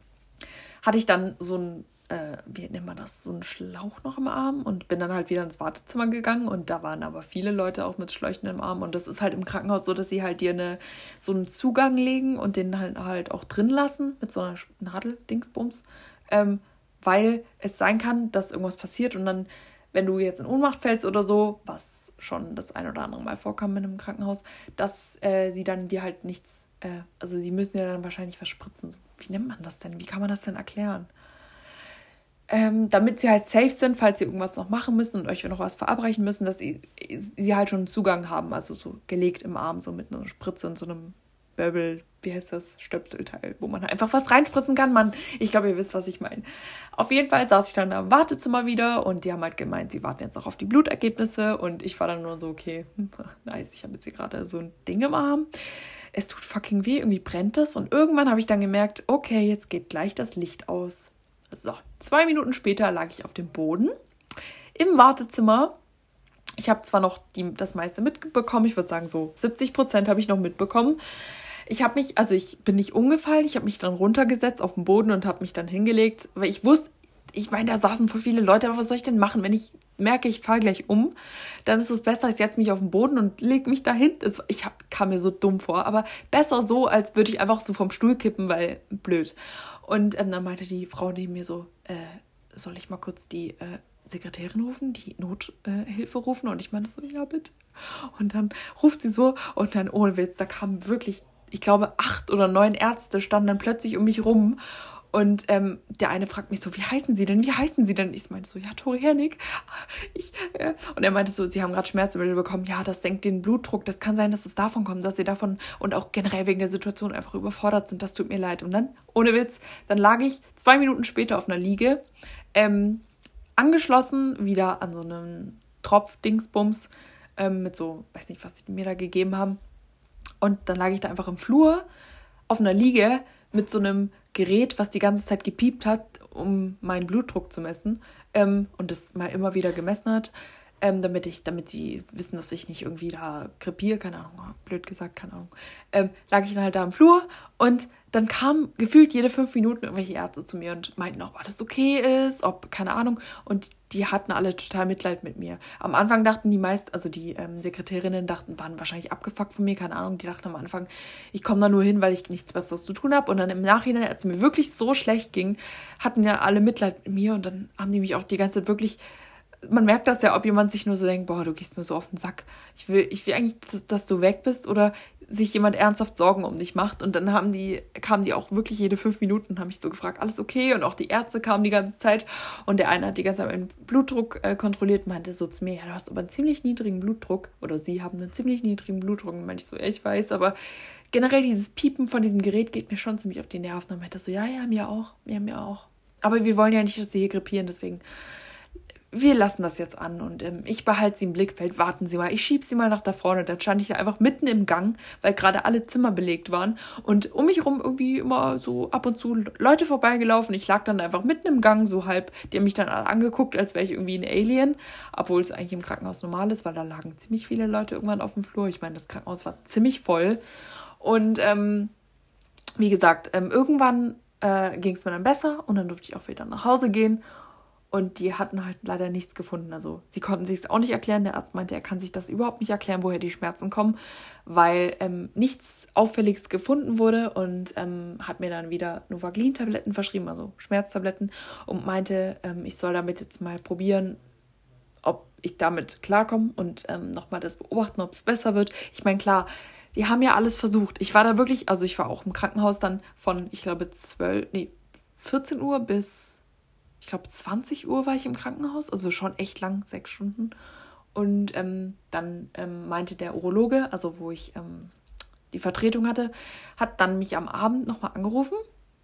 hatte ich dann so ein, äh, wie nennt man das, so einen Schlauch noch im Arm und bin dann halt wieder ins Wartezimmer gegangen und da waren aber viele Leute auch mit Schläuchen im Arm und das ist halt im Krankenhaus so, dass sie halt dir eine, so einen Zugang legen und den halt, halt auch drin lassen mit so einer Nadel-Dingsbums, ähm, weil es sein kann, dass irgendwas passiert und dann, wenn du jetzt in Ohnmacht fällst oder so, was schon das ein oder andere Mal vorkam in einem Krankenhaus, dass äh, sie dann dir halt nichts, äh, also sie müssen ja dann wahrscheinlich was spritzen. Wie nennt man das denn? Wie kann man das denn erklären? Ähm, damit sie halt safe sind, falls sie irgendwas noch machen müssen und euch noch was verabreichen müssen, dass sie, sie halt schon einen Zugang haben, also so gelegt im Arm, so mit einer Spritze und so einem Böbel, wie heißt das, Stöpselteil, wo man einfach was reinspritzen kann. Man, ich glaube, ihr wisst, was ich meine. Auf jeden Fall saß ich dann da im Wartezimmer wieder und die haben halt gemeint, sie warten jetzt auch auf die Blutergebnisse und ich war dann nur so, okay, nice, ich habe jetzt hier gerade so ein Ding im Arm. Es tut fucking weh, irgendwie brennt es und irgendwann habe ich dann gemerkt, okay, jetzt geht gleich das Licht aus. So, zwei Minuten später lag ich auf dem Boden im Wartezimmer. Ich habe zwar noch die, das meiste mitbekommen, ich würde sagen so siebzig Prozent habe ich noch mitbekommen. Ich habe mich, also ich bin nicht umgefallen, ich habe mich dann runtergesetzt auf den Boden und habe mich dann hingelegt, weil ich wusste, ich meine, da saßen voll viele Leute, aber was soll ich denn machen, wenn ich merke, ich falle gleich um, dann ist es besser, ich setze mich auf den Boden und lege mich dahin. Das, ich hab, kam mir so dumm vor, aber besser so, als würde ich einfach so vom Stuhl kippen, weil blöd. Und ähm, dann meinte die Frau neben mir so, äh, soll ich mal kurz die äh, Sekretärin rufen, die Nothilfe äh, rufen? Und ich meinte so, ja bitte. Und dann ruft sie so und dann, ohne Witz, da kamen wirklich, ich glaube, acht oder neun Ärzte standen dann plötzlich um mich rum. Und ähm, der eine fragt mich so, wie heißen Sie denn, wie heißen Sie denn? Ich meinte so, ja, Tori Hernig. Ich, äh. Und er meinte so, Sie haben gerade Schmerzmittel bekommen. Ja, das senkt den Blutdruck. Das kann sein, dass es davon kommt, dass Sie davon und auch generell wegen der Situation einfach überfordert sind. Das tut mir leid. Und dann, ohne Witz, dann lag ich zwei Minuten später auf einer Liege, ähm, angeschlossen wieder an so einem Tropf-Dingsbums ähm, mit so, weiß nicht, was die mir da gegeben haben. Und dann lag ich da einfach im Flur auf einer Liege mit so einem Gerät, was die ganze Zeit gepiept hat, um meinen Blutdruck zu messen ähm, und das mal immer wieder gemessen hat, ähm, damit ich, damit sie wissen, dass ich nicht irgendwie da krepiere, keine Ahnung, blöd gesagt, keine Ahnung, ähm, lag ich dann halt da im Flur und dann kamen gefühlt jede fünf Minuten irgendwelche Ärzte zu mir und meinten, ob alles okay ist, ob, keine Ahnung, und die hatten alle total Mitleid mit mir. Am Anfang dachten die meist, also die ähm, Sekretärinnen dachten, waren wahrscheinlich abgefuckt von mir, keine Ahnung, die dachten am Anfang, ich komme da nur hin, weil ich nichts Besseres zu tun habe. Und dann im Nachhinein, als es mir wirklich so schlecht ging, hatten ja alle Mitleid mit mir und dann haben die mich auch die ganze Zeit wirklich, man merkt das ja, ob jemand sich nur so denkt, boah, du gehst mir so auf den Sack. Ich will, ich will eigentlich, dass, dass du weg bist oder sich jemand ernsthaft Sorgen um dich macht. Und dann haben die, kamen die auch wirklich jede fünf Minuten und haben mich so gefragt, alles okay? Und auch die Ärzte kamen die ganze Zeit. Und der eine hat die ganze Zeit meinen Blutdruck äh, kontrolliert, meinte so zu mir, ja, du hast aber einen ziemlich niedrigen Blutdruck. Oder sie haben einen ziemlich niedrigen Blutdruck. Und meinte ich so, ja, ich weiß, aber generell dieses Piepen von diesem Gerät geht mir schon ziemlich auf die Nerven. Und dann meinte er so, ja, ja, mir auch, ja, mir auch. Aber wir wollen ja nicht, dass sie hier krepieren, deswegen wir lassen das jetzt an und ähm, ich behalte sie im Blickfeld, warten Sie mal, ich schiebe sie mal nach da vorne. Dann stand ich da einfach mitten im Gang, weil gerade alle Zimmer belegt waren und um mich rum irgendwie immer so ab und zu Leute vorbeigelaufen. Ich lag dann einfach mitten im Gang, so halb, die haben mich dann alle angeguckt, als wäre ich irgendwie ein Alien, obwohl es eigentlich im Krankenhaus normal ist, weil da lagen ziemlich viele Leute irgendwann auf dem Flur. Ich meine, das Krankenhaus war ziemlich voll und ähm, wie gesagt, ähm, irgendwann äh, ging es mir dann besser und dann durfte ich auch wieder nach Hause gehen. Und die hatten halt leider nichts gefunden. Also sie konnten sich es auch nicht erklären. Der Arzt meinte, er kann sich das überhaupt nicht erklären, woher die Schmerzen kommen, weil ähm, nichts Auffälliges gefunden wurde und ähm, hat mir dann wieder Novaglin-Tabletten verschrieben, also Schmerztabletten, und meinte, ähm, ich soll damit jetzt mal probieren, ob ich damit klarkomme und ähm, nochmal das beobachten, ob es besser wird. Ich meine, klar, die haben ja alles versucht. Ich war da wirklich, also ich war auch im Krankenhaus dann von, ich glaube, zwölf, nee, vierzehn Uhr bis... Ich glaube, zwanzig Uhr war ich im Krankenhaus, also schon echt lang, sechs Stunden. Und ähm, dann ähm, meinte der Urologe, also wo ich ähm, die Vertretung hatte, hat dann mich am Abend nochmal angerufen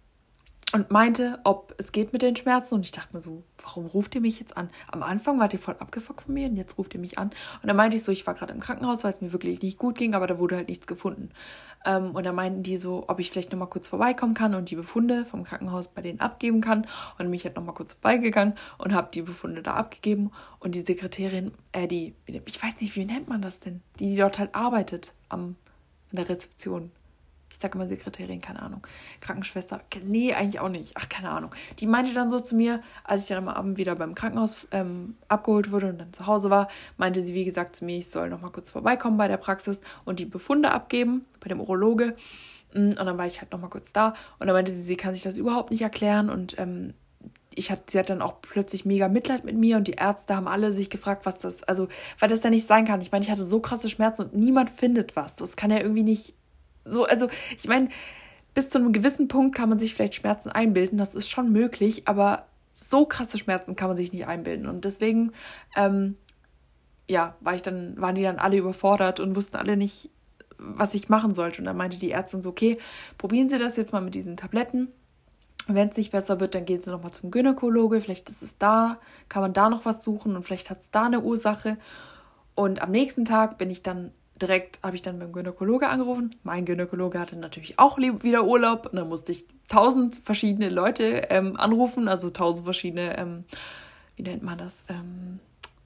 und meinte, ob es geht mit den Schmerzen. Und ich dachte mir so, warum ruft ihr mich jetzt an? Am Anfang wart ihr voll abgefuckt von mir und jetzt ruft ihr mich an. Und dann meinte ich so, ich war gerade im Krankenhaus, weil es mir wirklich nicht gut ging, aber da wurde halt nichts gefunden. Ähm, und dann meinten die so, ob ich vielleicht nochmal kurz vorbeikommen kann und die Befunde vom Krankenhaus bei denen abgeben kann. Und dann bin ich halt nochmal kurz vorbeigegangen und habe die Befunde da abgegeben. Und die Sekretärin, äh, die, ich weiß nicht, wie nennt man das denn? Die, die dort halt arbeitet am, an der Rezeption. Ich sage immer Sekretärin, keine Ahnung. Krankenschwester, nee, eigentlich auch nicht. Ach, keine Ahnung. Die meinte dann so zu mir, als ich dann am Abend wieder beim Krankenhaus ähm, abgeholt wurde und dann zu Hause war, meinte sie, wie gesagt, zu mir, ich soll noch mal kurz vorbeikommen bei der Praxis und die Befunde abgeben bei dem Urologe. Und dann war ich halt noch mal kurz da und dann meinte sie, sie kann sich das überhaupt nicht erklären und ähm, ich hat, sie hat dann auch plötzlich mega Mitleid mit mir und die Ärzte haben alle sich gefragt, was das, also, weil das ja nicht sein kann. Ich meine, ich hatte so krasse Schmerzen und niemand findet was. Das kann ja irgendwie nicht so, also ich meine, bis zu einem gewissen Punkt kann man sich vielleicht Schmerzen einbilden, das ist schon möglich, aber so krasse Schmerzen kann man sich nicht einbilden und deswegen, ähm, ja, war ich dann, waren die dann alle überfordert und wussten alle nicht, was ich machen sollte und dann meinte die Ärztin so, okay, probieren Sie das jetzt mal mit diesen Tabletten, wenn es nicht besser wird, dann gehen Sie nochmal zum Gynäkologe, vielleicht ist es da, kann man da noch was suchen und vielleicht hat es da eine Ursache und am nächsten Tag bin ich dann direkt habe ich dann beim Gynäkologe angerufen. Mein Gynäkologe hatte natürlich auch wieder Urlaub und dann musste ich tausend verschiedene Leute ähm, anrufen, also tausend verschiedene, ähm, wie nennt man das, ähm,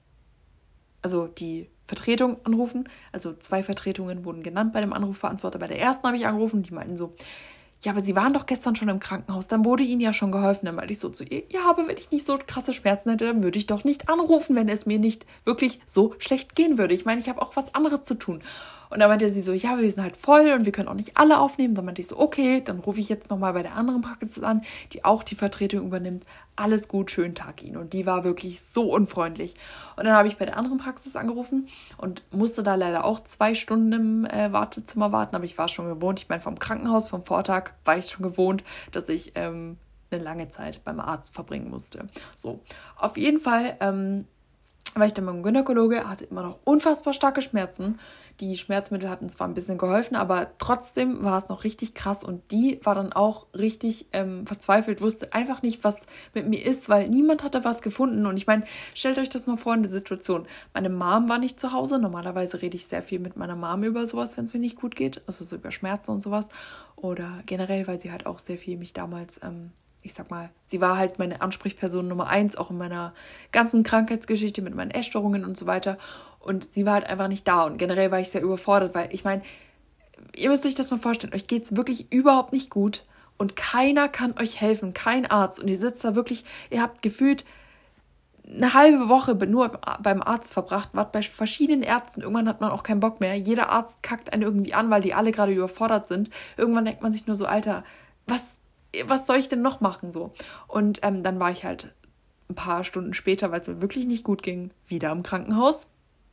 also die Vertretung anrufen. Also zwei Vertretungen wurden genannt bei dem Anrufbeantworter. Bei der ersten habe ich angerufen, die meinten so, ja, aber Sie waren doch gestern schon im Krankenhaus, dann wurde Ihnen ja schon geholfen. Dann meinte ich so zu ihr, ja, aber wenn ich nicht so krasse Schmerzen hätte, dann würde ich doch nicht anrufen, wenn es mir nicht wirklich so schlecht gehen würde. Ich meine, ich habe auch was anderes zu tun. Und dann meinte sie so, ja, wir sind halt voll und wir können auch nicht alle aufnehmen. Dann meinte ich so, okay, dann rufe ich jetzt nochmal bei der anderen Praxis an, die auch die Vertretung übernimmt. Alles gut, schönen Tag Ihnen. Und die war wirklich so unfreundlich. Und dann habe ich bei der anderen Praxis angerufen und musste da leider auch zwei Stunden im äh, Wartezimmer warten. Aber ich war schon gewohnt. Ich meine, vom Krankenhaus, vom Vortag war ich schon gewohnt, dass ich ähm, eine lange Zeit beim Arzt verbringen musste. So, auf jeden Fall ähm, war ich dann beim Gynäkologe, hatte immer noch unfassbar starke Schmerzen. Die Schmerzmittel hatten zwar ein bisschen geholfen, aber trotzdem war es noch richtig krass. Und die war dann auch richtig ähm, verzweifelt, wusste einfach nicht, was mit mir ist, weil niemand hatte was gefunden. Und ich meine, stellt euch das mal vor in der Situation. Meine Mom war nicht zu Hause. Normalerweise rede ich sehr viel mit meiner Mom über sowas, wenn es mir nicht gut geht. Also so über Schmerzen und sowas. Oder generell, weil sie halt auch sehr viel mich damals... Ähm, ich sag mal, sie war halt meine Ansprechperson Nummer eins, auch in meiner ganzen Krankheitsgeschichte mit meinen Essstörungen und so weiter. Und sie war halt einfach nicht da. Und generell war ich sehr überfordert, weil ich meine, ihr müsst euch das mal vorstellen, euch geht's wirklich überhaupt nicht gut und keiner kann euch helfen, kein Arzt. Und ihr sitzt da wirklich, ihr habt gefühlt eine halbe Woche nur beim Arzt verbracht, wart bei verschiedenen Ärzten. Irgendwann hat man auch keinen Bock mehr. Jeder Arzt kackt einen irgendwie an, weil die alle gerade überfordert sind. Irgendwann denkt man sich nur so, Alter, was... was soll ich denn noch machen, so? Und ähm, dann war ich halt ein paar Stunden später, weil es mir wirklich nicht gut ging, wieder im Krankenhaus.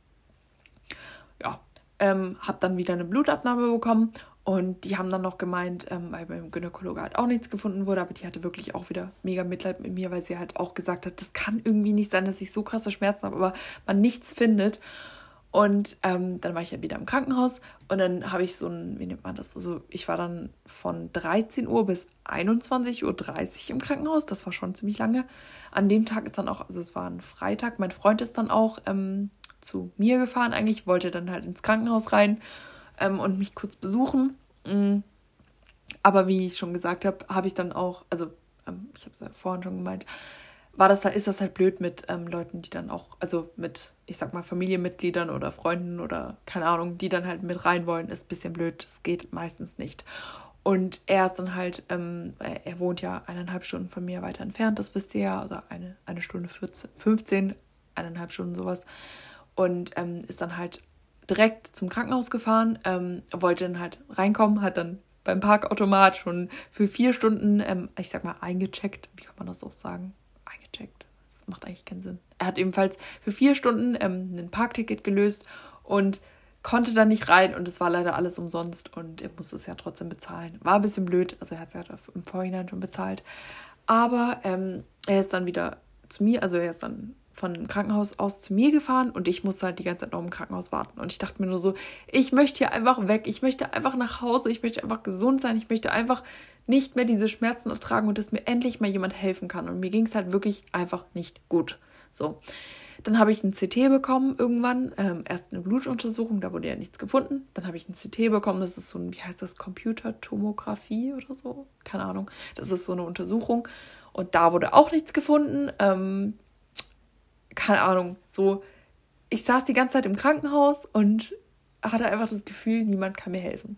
Ja, ähm, habe dann wieder eine Blutabnahme bekommen und die haben dann noch gemeint, ähm, weil beim Gynäkologe halt auch nichts gefunden wurde, aber die hatte wirklich auch wieder mega Mitleid mit mir, weil sie halt auch gesagt hat, das kann irgendwie nicht sein, dass ich so krasse Schmerzen habe, aber man nichts findet. Und ähm, dann war ich ja wieder im Krankenhaus und dann habe ich so ein, wie nennt man das, also ich war dann von dreizehn Uhr bis einundzwanzig Uhr dreißig im Krankenhaus, das war schon ziemlich lange. An dem Tag ist dann auch, also es war ein Freitag, mein Freund ist dann auch ähm, zu mir gefahren eigentlich, wollte dann halt ins Krankenhaus rein ähm, und mich kurz besuchen. Aber wie ich schon gesagt habe, habe ich dann auch, also ähm, ich habe es ja vorhin schon gemeint, war das halt, ist das halt blöd mit ähm, Leuten, die dann auch, also mit, ich sag mal, Familienmitgliedern oder Freunden oder keine Ahnung, die dann halt mit rein wollen, ist ein bisschen blöd. Das geht meistens nicht. Und er ist dann halt, ähm, er wohnt ja eineinhalb Stunden von mir weiter entfernt, das wisst ihr ja, oder eine, eine Stunde vierzehn, fünfzehn, eineinhalb Stunden sowas. Und ähm, ist dann halt direkt zum Krankenhaus gefahren, ähm, wollte dann halt reinkommen, hat dann beim Parkautomat schon für vier Stunden, ähm, ich sag mal, eingecheckt. Wie kann man das auch sagen? Eingecheckt. Das macht eigentlich keinen Sinn. Er hat ebenfalls für vier Stunden ähm, ein Parkticket gelöst und konnte dann nicht rein und es war leider alles umsonst und er musste es ja trotzdem bezahlen. War ein bisschen blöd, also er hat es ja im Vorhinein schon bezahlt. Aber ähm, er ist dann wieder zu mir, also er ist dann von dem Krankenhaus aus zu mir gefahren und ich musste halt die ganze Zeit noch im Krankenhaus warten. Und ich dachte mir nur so, ich möchte hier einfach weg, ich möchte einfach nach Hause, ich möchte einfach gesund sein, ich möchte einfach nicht mehr diese Schmerzen ertragen und dass mir endlich mal jemand helfen kann. Und mir ging es halt wirklich einfach nicht gut. So, dann habe ich ein C T bekommen irgendwann, ähm, erst eine Blutuntersuchung, da wurde ja nichts gefunden. Dann habe ich ein C T bekommen, das ist so ein, wie heißt das, Computertomographie oder so? Keine Ahnung, das ist so eine Untersuchung. Und da wurde auch nichts gefunden, ähm, keine Ahnung, so, ich saß die ganze Zeit im Krankenhaus und hatte einfach das Gefühl, niemand kann mir helfen.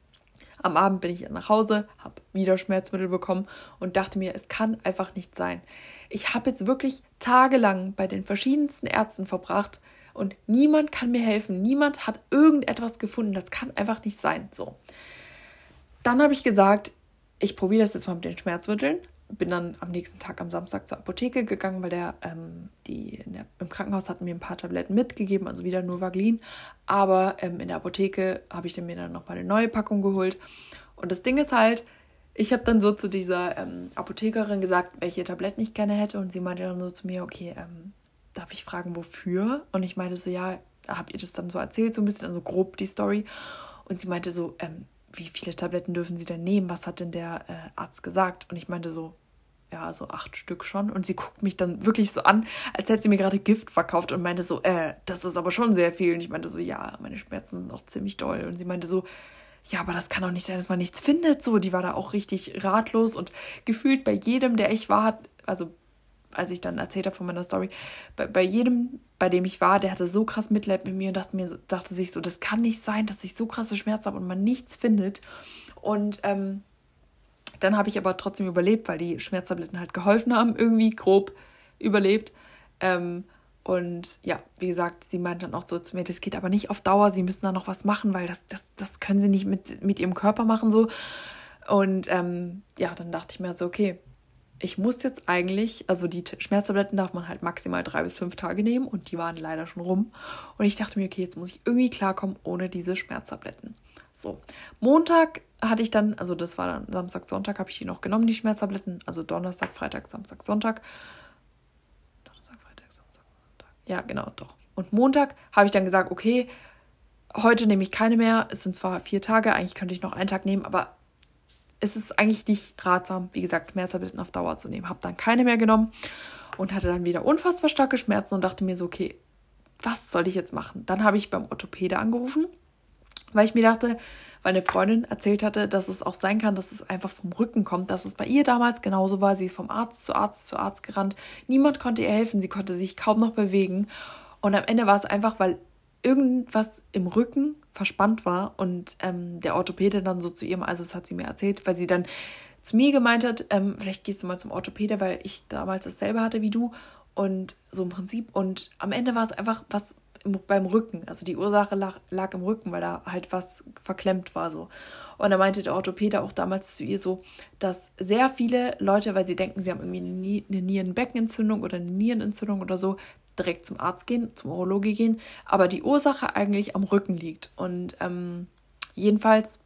Am Abend bin ich dann nach Hause, habe wieder Schmerzmittel bekommen und dachte mir, es kann einfach nicht sein. Ich habe jetzt wirklich tagelang bei den verschiedensten Ärzten verbracht und niemand kann mir helfen. Niemand hat irgendetwas gefunden. Das kann einfach nicht sein. So. Dann habe ich gesagt, ich probiere das jetzt mal mit den Schmerzmitteln. Bin dann am nächsten Tag am Samstag zur Apotheke gegangen, weil der, ähm, die in der, im Krankenhaus hatten mir ein paar Tabletten mitgegeben, also wieder nur Vaglin. Aber ähm, in der Apotheke habe ich dann mir dann nochmal eine neue Packung geholt. Und das Ding ist halt, ich habe dann so zu dieser ähm, Apothekerin gesagt, welche Tabletten ich gerne hätte. Und sie meinte dann so zu mir, okay, ähm, darf ich fragen, wofür? Und ich meinte so, ja, habt ihr das dann so erzählt, so ein bisschen, also grob die Story. Und sie meinte so, ähm, wie viele Tabletten dürfen Sie denn nehmen? Was hat denn der äh, Arzt gesagt? Und ich meinte so, ja, so acht Stück schon. Und sie guckt mich dann wirklich so an, als hätte sie mir gerade Gift verkauft und meinte so, äh, das ist aber schon sehr viel. Und ich meinte so, ja, meine Schmerzen sind auch ziemlich doll. Und sie meinte so, ja, aber das kann doch nicht sein, dass man nichts findet. So, die war da auch richtig ratlos und gefühlt bei jedem, der ich war, hat, also als ich dann erzählt habe von meiner Story, bei, bei jedem, bei dem ich war, der hatte so krass Mitleid mit mir und dachte mir, dachte sich so, das kann nicht sein, dass ich so krasse Schmerzen habe und man nichts findet. Und ähm, Dann habe ich aber trotzdem überlebt, weil die Schmerztabletten halt geholfen haben, irgendwie grob überlebt. Ähm, und ja, wie gesagt, sie meint dann auch so zu mir, das geht aber nicht auf Dauer, sie müssen da noch was machen, weil das, das, das können sie nicht mit, mit ihrem Körper machen so. Und ähm, ja, dann dachte ich mir so, okay, ich muss jetzt eigentlich, also die Schmerztabletten darf man halt maximal drei bis fünf Tage nehmen und die waren leider schon rum. Und ich dachte mir, okay, jetzt muss ich irgendwie klarkommen ohne diese Schmerztabletten. So, Montag hatte ich dann, also das war dann Samstag, Sonntag, habe ich die noch genommen, die Schmerztabletten. Also Donnerstag, Freitag, Samstag, Sonntag. Donnerstag, Freitag, Samstag, Sonntag. Ja, genau, doch. Und Montag habe ich dann gesagt, okay, heute nehme ich keine mehr. Es sind zwar vier Tage, eigentlich könnte ich noch einen Tag nehmen, aber es ist eigentlich nicht ratsam, wie gesagt, Schmerztabletten auf Dauer zu nehmen. Habe dann keine mehr genommen und hatte dann wieder unfassbar starke Schmerzen und dachte mir so, okay, was soll ich jetzt machen? Dann habe ich beim Orthopäde angerufen, weil ich mir dachte, weil eine Freundin erzählt hatte, dass es auch sein kann, dass es einfach vom Rücken kommt, dass es bei ihr damals genauso war. Sie ist vom Arzt zu Arzt zu Arzt gerannt. Niemand konnte ihr helfen, sie konnte sich kaum noch bewegen. Und am Ende war es einfach, weil irgendwas im Rücken verspannt war und ähm, der Orthopäde dann so zu ihrem, also das hat sie mir erzählt, weil sie dann zu mir gemeint hat, ähm, vielleicht gehst du mal zum Orthopäde, weil ich damals dasselbe hatte wie du und so im Prinzip und am Ende war es einfach was im, beim Rücken, also die Ursache lag, lag im Rücken, weil da halt was verklemmt war so. Und da meinte der Orthopäde auch damals zu ihr so, dass sehr viele Leute, weil sie denken, sie haben irgendwie eine Nierenbeckenentzündung oder eine Nierenentzündung oder so, direkt zum Arzt gehen, zum Urologe gehen, aber die Ursache eigentlich am Rücken liegt. Und ähm, jedenfalls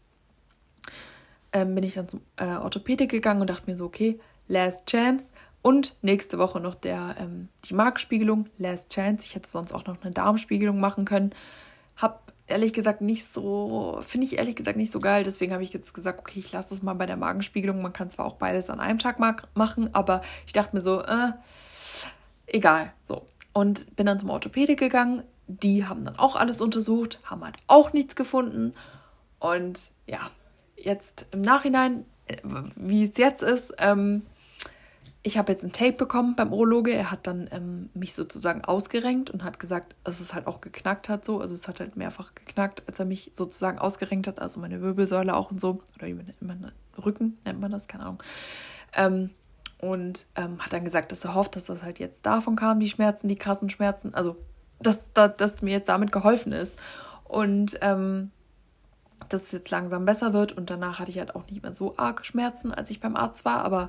ähm, bin ich dann zum äh, Orthopäde gegangen und dachte mir so, okay, last chance. Und nächste Woche noch der ähm, die Magenspiegelung, last chance. Ich hätte sonst auch noch eine Darmspiegelung machen können. Hab ehrlich gesagt nicht so, finde ich ehrlich gesagt nicht so geil. Deswegen habe ich jetzt gesagt, okay, ich lasse das mal bei der Magenspiegelung. Man kann zwar auch beides an einem Tag machen, aber ich dachte mir so, äh, egal, so. Und bin dann zum Orthopäde gegangen. Die haben dann auch alles untersucht, haben halt auch nichts gefunden. Und ja, jetzt im Nachhinein, wie es jetzt ist, ähm, ich habe jetzt ein Tape bekommen beim Urologe. Er hat dann ähm, mich sozusagen ausgerenkt und hat gesagt, dass es halt auch geknackt hat so. Also es hat halt mehrfach geknackt, als er mich sozusagen ausgerenkt hat. Also meine Wirbelsäule auch und so. Oder wie man, man Rücken nennt man das, keine Ahnung. Ähm, Und ähm, hat dann gesagt, dass er hofft, dass das halt jetzt davon kam, die Schmerzen, die krassen Schmerzen. Also, dass, dass, dass mir jetzt damit geholfen ist. Und ähm, dass es jetzt langsam besser wird. Und danach hatte ich halt auch nicht mehr so arg Schmerzen, als ich beim Arzt war. Aber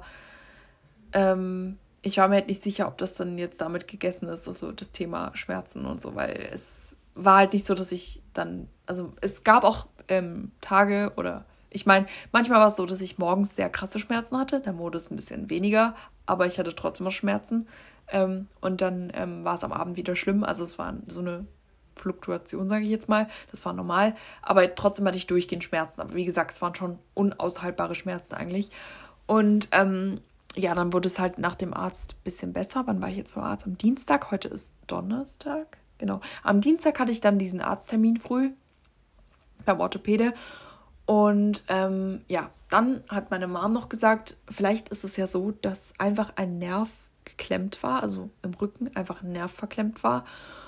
ähm, ich war mir halt nicht sicher, ob das dann jetzt damit gegessen ist, also das Thema Schmerzen und so. Weil es war halt nicht so, dass ich dann... Also es gab auch ähm, Tage oder... Ich meine, manchmal war es so, dass ich morgens sehr krasse Schmerzen hatte, der Modus ein bisschen weniger, aber ich hatte trotzdem noch Schmerzen. Ähm, und dann ähm, war es am Abend wieder schlimm, also es war so eine Fluktuation, sage ich jetzt mal, das war normal, aber trotzdem hatte ich durchgehend Schmerzen. Aber wie gesagt, es waren schon unaushaltbare Schmerzen eigentlich. Und ähm, ja, dann wurde es halt nach dem Arzt ein bisschen besser. Wann war ich jetzt beim Arzt? Am Dienstag, heute ist Donnerstag, genau. Am Dienstag hatte ich dann diesen Arzttermin früh beim Orthopäde. Und ähm, ja, dann hat meine Mom noch gesagt, vielleicht ist es ja so, dass einfach ein Nerv geklemmt war, also im Rücken einfach ein Nerv verklemmt war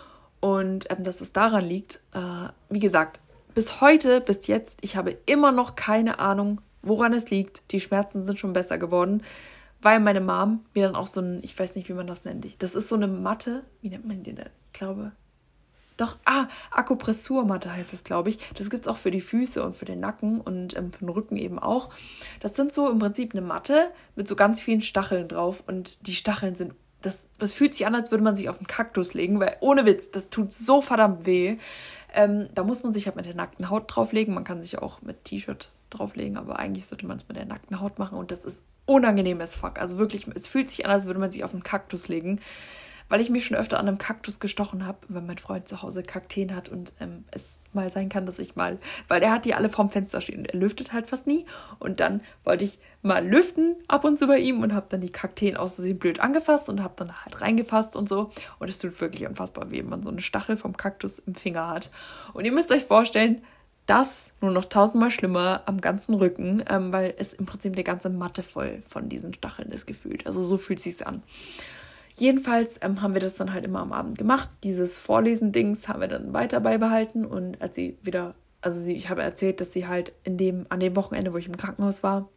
und ähm, dass es daran liegt. Äh, wie gesagt, bis heute, bis jetzt, ich habe immer noch keine Ahnung, woran es liegt. Die Schmerzen sind schon besser geworden, weil meine Mom mir dann auch so ein, ich weiß nicht, wie man das nennt, das ist so eine Matte, wie nennt man die denn? Ich glaube... Doch, ah, Akupressurmatte heißt es, glaube ich. Das gibt es auch für die Füße und für den Nacken und ähm, für den Rücken eben auch. Das sind so im Prinzip eine Matte mit so ganz vielen Stacheln drauf. Und die Stacheln sind, das, das fühlt sich an, als würde man sich auf einen Kaktus legen, weil ohne Witz, das tut so verdammt weh. Ähm, da muss man sich halt mit der nackten Haut drauflegen. Man kann sich auch mit T-Shirt drauflegen, aber eigentlich sollte man es mit der nackten Haut machen. Und das ist unangenehm as fuck. Also wirklich, es fühlt sich an, als würde man sich auf einen Kaktus legen. Weil ich mich schon öfter an einem Kaktus gestochen habe, wenn mein Freund zu Hause Kakteen hat und ähm, es mal sein kann, dass ich mal, weil er hat die alle vorm Fenster stehen und er lüftet halt fast nie und dann wollte ich mal lüften ab und zu bei ihm und habe dann die Kakteen aus Versehen blöd angefasst und habe dann halt reingefasst und so und es tut wirklich unfassbar weh, wenn man so eine Stachel vom Kaktus im Finger hat. Und ihr müsst euch vorstellen, das nur noch tausendmal schlimmer am ganzen Rücken, ähm, weil es im Prinzip eine ganze Matte voll von diesen Stacheln ist gefühlt. Also so fühlt es sich an. Jedenfalls ähm, haben wir das dann halt immer am Abend gemacht. Dieses Vorlesen-Dings haben wir dann weiter beibehalten. Und als sie wieder, also sie, ich habe erzählt, dass sie halt in dem, an dem Wochenende, wo ich im Krankenhaus war,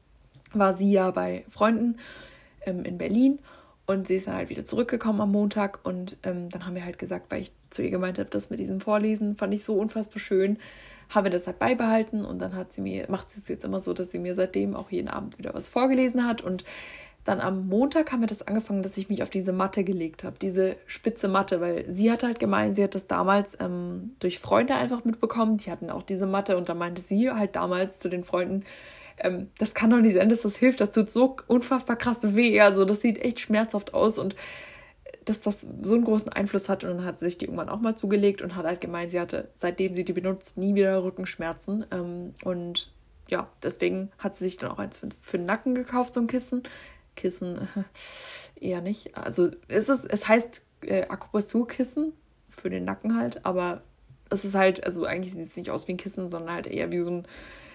war sie ja bei Freunden ähm, in Berlin und sie ist dann halt wieder zurückgekommen am Montag und ähm, dann haben wir halt gesagt, weil ich zu ihr gemeint habe, das mit diesem Vorlesen fand ich so unfassbar schön, haben wir das halt beibehalten und dann hat sie mir, macht sie es jetzt immer so, dass sie mir seitdem auch jeden Abend wieder was vorgelesen hat und dann am Montag haben wir das angefangen, dass ich mich auf diese Matte gelegt habe, diese spitze Matte, weil sie hat halt gemeint, sie hat das damals ähm, durch Freunde einfach mitbekommen, die hatten auch diese Matte und da meinte sie halt damals zu den Freunden, ähm, das kann doch nicht sein, dass das hilft, das tut so unfassbar krass weh, also das sieht echt schmerzhaft aus und dass das so einen großen Einfluss hat und dann hat sie sich die irgendwann auch mal zugelegt und hat halt gemeint, sie hatte, seitdem sie die benutzt, nie wieder Rückenschmerzen ähm, und ja, deswegen hat sie sich dann auch eins für, für den Nacken gekauft, so ein Kissen, Kissen eher nicht. Also es ist, es heißt äh, Akupressurkissen für den Nacken halt, aber es ist halt, also eigentlich sieht es nicht aus wie ein Kissen, sondern halt eher wie so ein,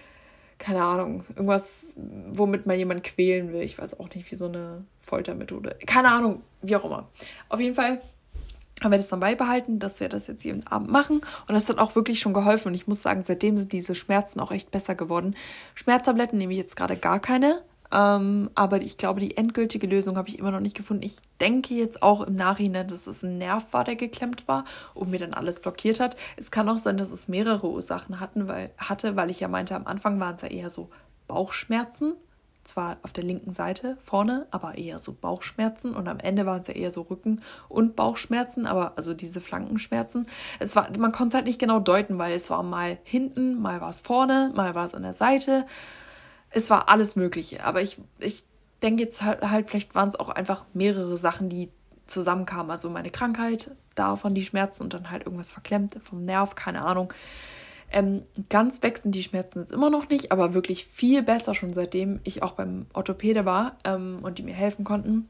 keine Ahnung, irgendwas, womit man jemanden quälen will. Ich weiß auch nicht, wie so eine Foltermethode. Keine Ahnung, wie auch immer. Auf jeden Fall haben wir das dann beibehalten, dass wir das jetzt jeden Abend machen. Und das hat auch wirklich schon geholfen. Und ich muss sagen, seitdem sind diese Schmerzen auch echt besser geworden. Schmerztabletten nehme ich jetzt gerade gar keine. Ähm, aber ich glaube, die endgültige Lösung habe ich immer noch nicht gefunden. Ich denke jetzt auch im Nachhinein, dass es ein Nerv war, der geklemmt war und mir dann alles blockiert hat. Es kann auch sein, dass es mehrere Ursachen hatten, weil, hatte, weil ich ja meinte, am Anfang waren es ja eher so Bauchschmerzen. Zwar auf der linken Seite vorne, aber eher so Bauchschmerzen. Und am Ende waren es ja eher so Rücken- und Bauchschmerzen, aber also diese Flankenschmerzen. Es war, man konnte es halt nicht genau deuten, weil es war mal hinten, mal war es vorne, mal war es an der Seite. Es war alles Mögliche, aber ich, ich denke jetzt halt, halt, vielleicht waren es auch einfach mehrere Sachen, die zusammenkamen. Also meine Krankheit, davon die Schmerzen und dann halt irgendwas verklemmt vom Nerv, keine Ahnung. Ähm, ganz weg sind die Schmerzen jetzt immer noch nicht, aber wirklich viel besser schon seitdem ich auch beim Orthopäde war ähm, und die mir helfen konnten.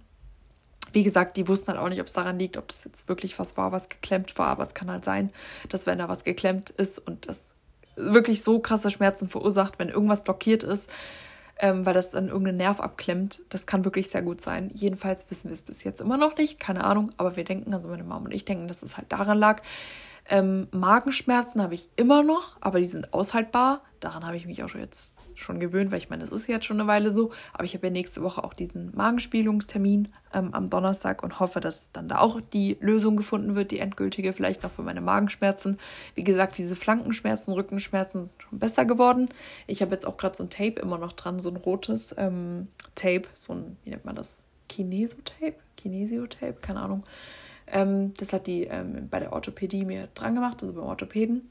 Wie gesagt, die wussten halt auch nicht, ob es daran liegt, ob das jetzt wirklich was war, was geklemmt war, aber es kann halt sein, dass wenn da was geklemmt ist und das wirklich so krasse Schmerzen verursacht, wenn irgendwas blockiert ist, ähm, weil das dann irgendeinen Nerv abklemmt. Das kann wirklich sehr gut sein. Jedenfalls wissen wir es bis jetzt immer noch nicht, keine Ahnung, aber wir denken, also meine Mom und ich denken, dass es halt daran lag. Ähm, Magenschmerzen habe ich immer noch, aber die sind aushaltbar. Daran habe ich mich auch schon jetzt schon gewöhnt, weil ich meine, das ist jetzt schon eine Weile so. Aber ich habe ja nächste Woche auch diesen Magenspiegelungstermin ähm, am Donnerstag und hoffe, dass dann da auch die Lösung gefunden wird, die endgültige, vielleicht noch für meine Magenschmerzen. Wie gesagt, diese Flankenschmerzen, Rückenschmerzen sind schon besser geworden. Ich habe jetzt auch gerade so ein Tape immer noch dran, so ein rotes ähm, Tape, so ein, wie nennt man das? Kinesiotape? Kinesiotape? Keine Ahnung. Ähm, das hat die ähm, bei der Orthopädie mir dran gemacht, also beim Orthopäden.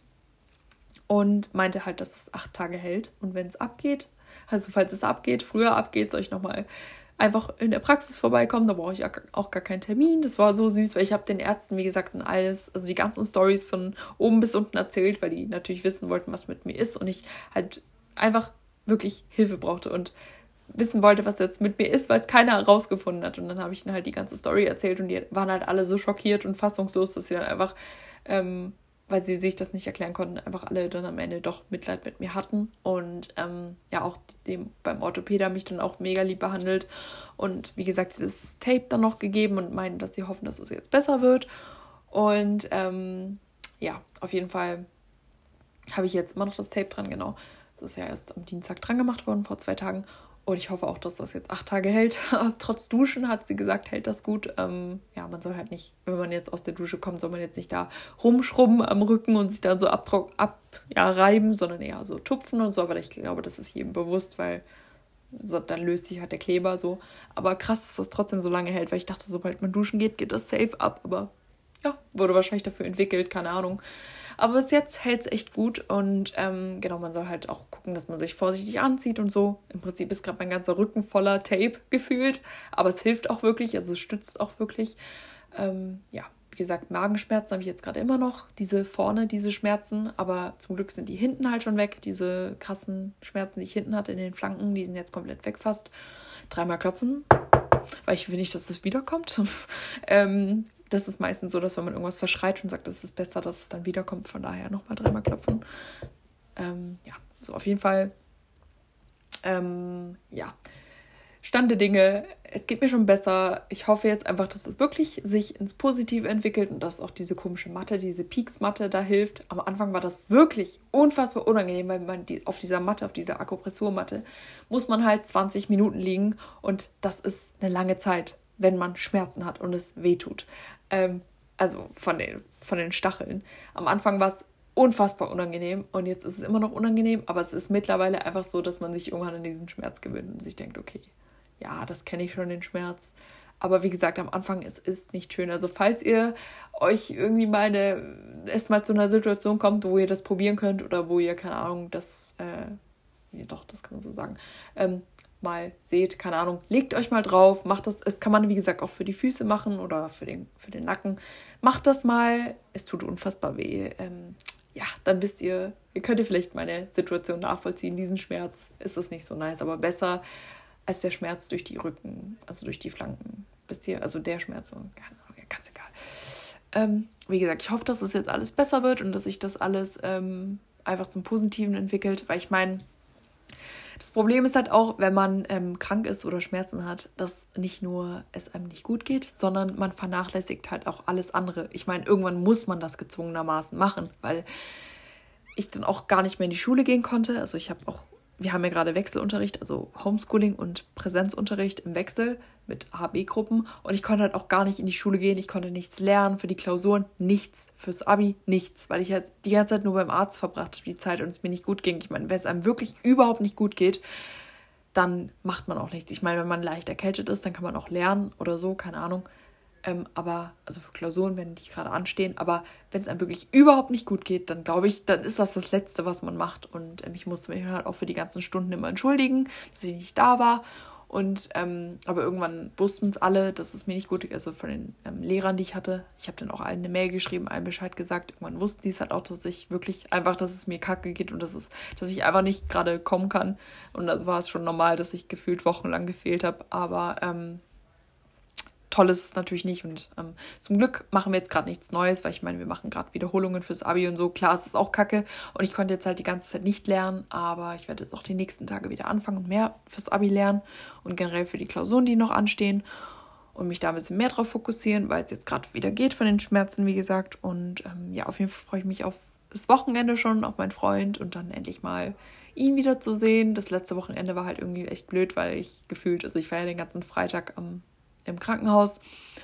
Und meinte halt, dass es acht Tage hält. Und wenn es abgeht, also falls es abgeht, früher abgeht, soll ich nochmal einfach in der Praxis vorbeikommen. Da brauche ich auch gar keinen Termin. Das war so süß, weil ich habe den Ärzten, wie gesagt, und alles, also die ganzen Storys von oben bis unten erzählt, weil die natürlich wissen wollten, was mit mir ist. Und ich halt einfach wirklich Hilfe brauchte und wissen wollte, was jetzt mit mir ist, weil es keiner herausgefunden hat. Und dann habe ich ihnen halt die ganze Story erzählt und die waren halt alle so schockiert und fassungslos, dass sie dann einfach, ähm, weil sie sich das nicht erklären konnten, einfach alle dann am Ende doch Mitleid mit mir hatten. Und ähm, ja, auch dem, beim Orthopäde haben mich dann auch mega lieb behandelt. Und wie gesagt, dieses Tape dann noch gegeben und meinen, dass sie hoffen, dass es jetzt besser wird. Und ähm, ja, auf jeden Fall habe ich jetzt immer noch das Tape dran, genau. Das ist ja erst am Dienstag dran gemacht worden, vor zwei Tagen. Und ich hoffe auch, dass das jetzt acht Tage hält. Trotz Duschen hat sie gesagt, hält das gut. Ähm, ja, man soll halt nicht, wenn man jetzt aus der Dusche kommt, soll man jetzt nicht da rumschrubben am Rücken und sich dann so abtrock, ab, ja, reiben, sondern eher so tupfen und so. Aber ich glaube, das ist jedem bewusst, weil so, dann löst sich halt der Kleber so. Aber krass, dass das trotzdem so lange hält, weil ich dachte, sobald man duschen geht, geht das safe ab. Aber ja, wurde wahrscheinlich dafür entwickelt, keine Ahnung. Aber bis jetzt hält es echt gut und ähm, genau, man soll halt auch gucken, dass man sich vorsichtig anzieht und so. Im Prinzip ist gerade mein ganzer Rücken voller Tape gefühlt, aber es hilft auch wirklich, also es stützt auch wirklich. Ähm, ja, wie gesagt, Magenschmerzen habe ich jetzt gerade immer noch, diese vorne, diese Schmerzen, aber zum Glück sind die hinten halt schon weg, diese krassen Schmerzen, die ich hinten hatte in den Flanken, die sind jetzt komplett weg fast. Dreimal klopfen, weil ich will nicht, dass das wiederkommt. ähm, Das ist meistens so, dass wenn man irgendwas verschreit und sagt, es ist besser, dass es dann wiederkommt. Von daher nochmal dreimal klopfen. Ähm, ja, so auf jeden Fall. Ähm, ja, Stand der Dinge, es geht mir schon besser. Ich hoffe jetzt einfach, dass es wirklich sich ins Positive entwickelt und dass auch diese komische Matte, diese Peaks-Matte da hilft. Am Anfang war das wirklich unfassbar unangenehm, weil man die, auf dieser Matte, auf dieser Akupressurmatte, muss man halt zwanzig Minuten liegen und das ist eine lange Zeit, wenn man Schmerzen hat und es wehtut. Ähm, also von den, von den Stacheln. Am Anfang war es unfassbar unangenehm und jetzt ist es immer noch unangenehm, aber es ist mittlerweile einfach so, dass man sich irgendwann an diesen Schmerz gewöhnt und sich denkt, okay, ja, das kenne ich schon, den Schmerz. Aber wie gesagt, am Anfang, es ist nicht schön. Also falls ihr euch irgendwie mal eine, erstmal zu einer Situation kommt, wo ihr das probieren könnt oder wo ihr, keine Ahnung, das, äh, nee, doch, das kann man so sagen, ähm, mal seht, keine Ahnung, legt euch mal drauf, macht das, es kann man, wie gesagt, auch für die Füße machen oder für den, für den Nacken. Macht das mal, es tut unfassbar weh. Ähm, ja, dann wisst ihr, ihr könnt ihr vielleicht meine Situation nachvollziehen. Diesen Schmerz ist es nicht so nice, aber besser als der Schmerz durch die Rücken, also durch die Flanken. Wisst ihr, also der Schmerz, keine Ahnung, ganz egal. Ähm, wie gesagt, ich hoffe, dass es jetzt alles besser wird und dass sich das alles ähm, einfach zum Positiven entwickelt, weil ich meine, das Problem ist halt auch, wenn man ähm, krank ist oder Schmerzen hat, dass nicht nur es einem nicht gut geht, sondern man vernachlässigt halt auch alles andere. Ich meine, irgendwann muss man das gezwungenermaßen machen, weil ich dann auch gar nicht mehr in die Schule gehen konnte. Also ich habe auch, wir haben ja gerade Wechselunterricht, also Homeschooling und Präsenzunterricht im Wechsel mit A B Gruppen und ich konnte halt auch gar nicht in die Schule gehen, ich konnte nichts lernen für die Klausuren, nichts, fürs Abi, nichts, weil ich halt die ganze Zeit nur beim Arzt verbracht habe, die Zeit und es mir nicht gut ging. Ich meine, wenn es einem wirklich überhaupt nicht gut geht, dann macht man auch nichts. Ich meine, wenn man leicht erkältet ist, dann kann man auch lernen oder so, keine Ahnung. Ähm, aber, also für Klausuren, wenn die gerade anstehen, aber wenn es einem wirklich überhaupt nicht gut geht, dann glaube ich, dann ist das das Letzte, was man macht. Und ähm, ich musste mich halt auch für die ganzen Stunden immer entschuldigen, dass ich nicht da war. Und, ähm, aber irgendwann wussten es alle, dass es mir nicht gut geht, also von den ähm, Lehrern, die ich hatte. Ich habe dann auch allen eine Mail geschrieben, allen Bescheid gesagt. Irgendwann wussten die es halt auch, dass ich wirklich einfach, dass es mir kacke geht und dass, es, dass ich einfach nicht gerade kommen kann. Und das war es schon normal, dass ich gefühlt wochenlang gefehlt habe. Aber, ähm, toll ist es natürlich nicht und ähm, zum Glück machen wir jetzt gerade nichts Neues, weil ich meine, wir machen gerade Wiederholungen fürs Abi und so. Klar, es ist auch kacke und ich konnte jetzt halt die ganze Zeit nicht lernen, aber ich werde jetzt auch die nächsten Tage wieder anfangen und mehr fürs Abi lernen und generell für die Klausuren, die noch anstehen und mich da ein bisschen mehr drauf fokussieren, weil es jetzt gerade wieder geht von den Schmerzen, wie gesagt. Und ähm, ja, auf jeden Fall freue ich mich auf das Wochenende schon, auf meinen Freund und dann endlich mal ihn wieder zu sehen. Das letzte Wochenende war halt irgendwie echt blöd, weil ich gefühlt, also ich war ja den ganzen Freitag am im Krankenhaus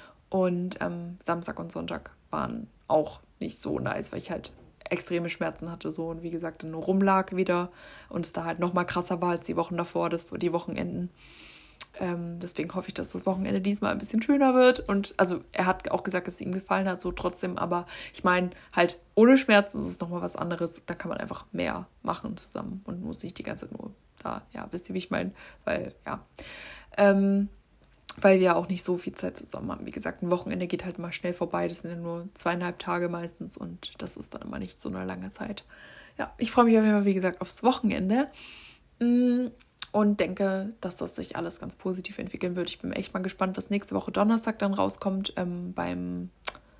und ähm, Samstag und Sonntag waren auch nicht so nice, weil ich halt extreme Schmerzen hatte so und wie gesagt dann nur rumlag wieder und es da halt noch mal krasser war als die Wochen davor, das die Wochenenden. Ähm, deswegen hoffe ich, dass das Wochenende diesmal ein bisschen schöner wird und also er hat auch gesagt, dass es ihm gefallen hat, so trotzdem, aber ich meine halt ohne Schmerzen ist es nochmal was anderes, da kann man einfach mehr machen zusammen und muss nicht die ganze Zeit nur da, ja, wisst ihr, wie ich meine, weil ja, ähm, weil wir ja auch nicht so viel Zeit zusammen haben. Wie gesagt, ein Wochenende geht halt mal schnell vorbei. Das sind ja nur zweieinhalb Tage meistens und das ist dann immer nicht so eine lange Zeit. Ja, ich freue mich auf jeden Fall, wie gesagt, aufs Wochenende und denke, dass das sich alles ganz positiv entwickeln wird. Ich bin echt mal gespannt, was nächste Woche Donnerstag dann rauskommt ähm, beim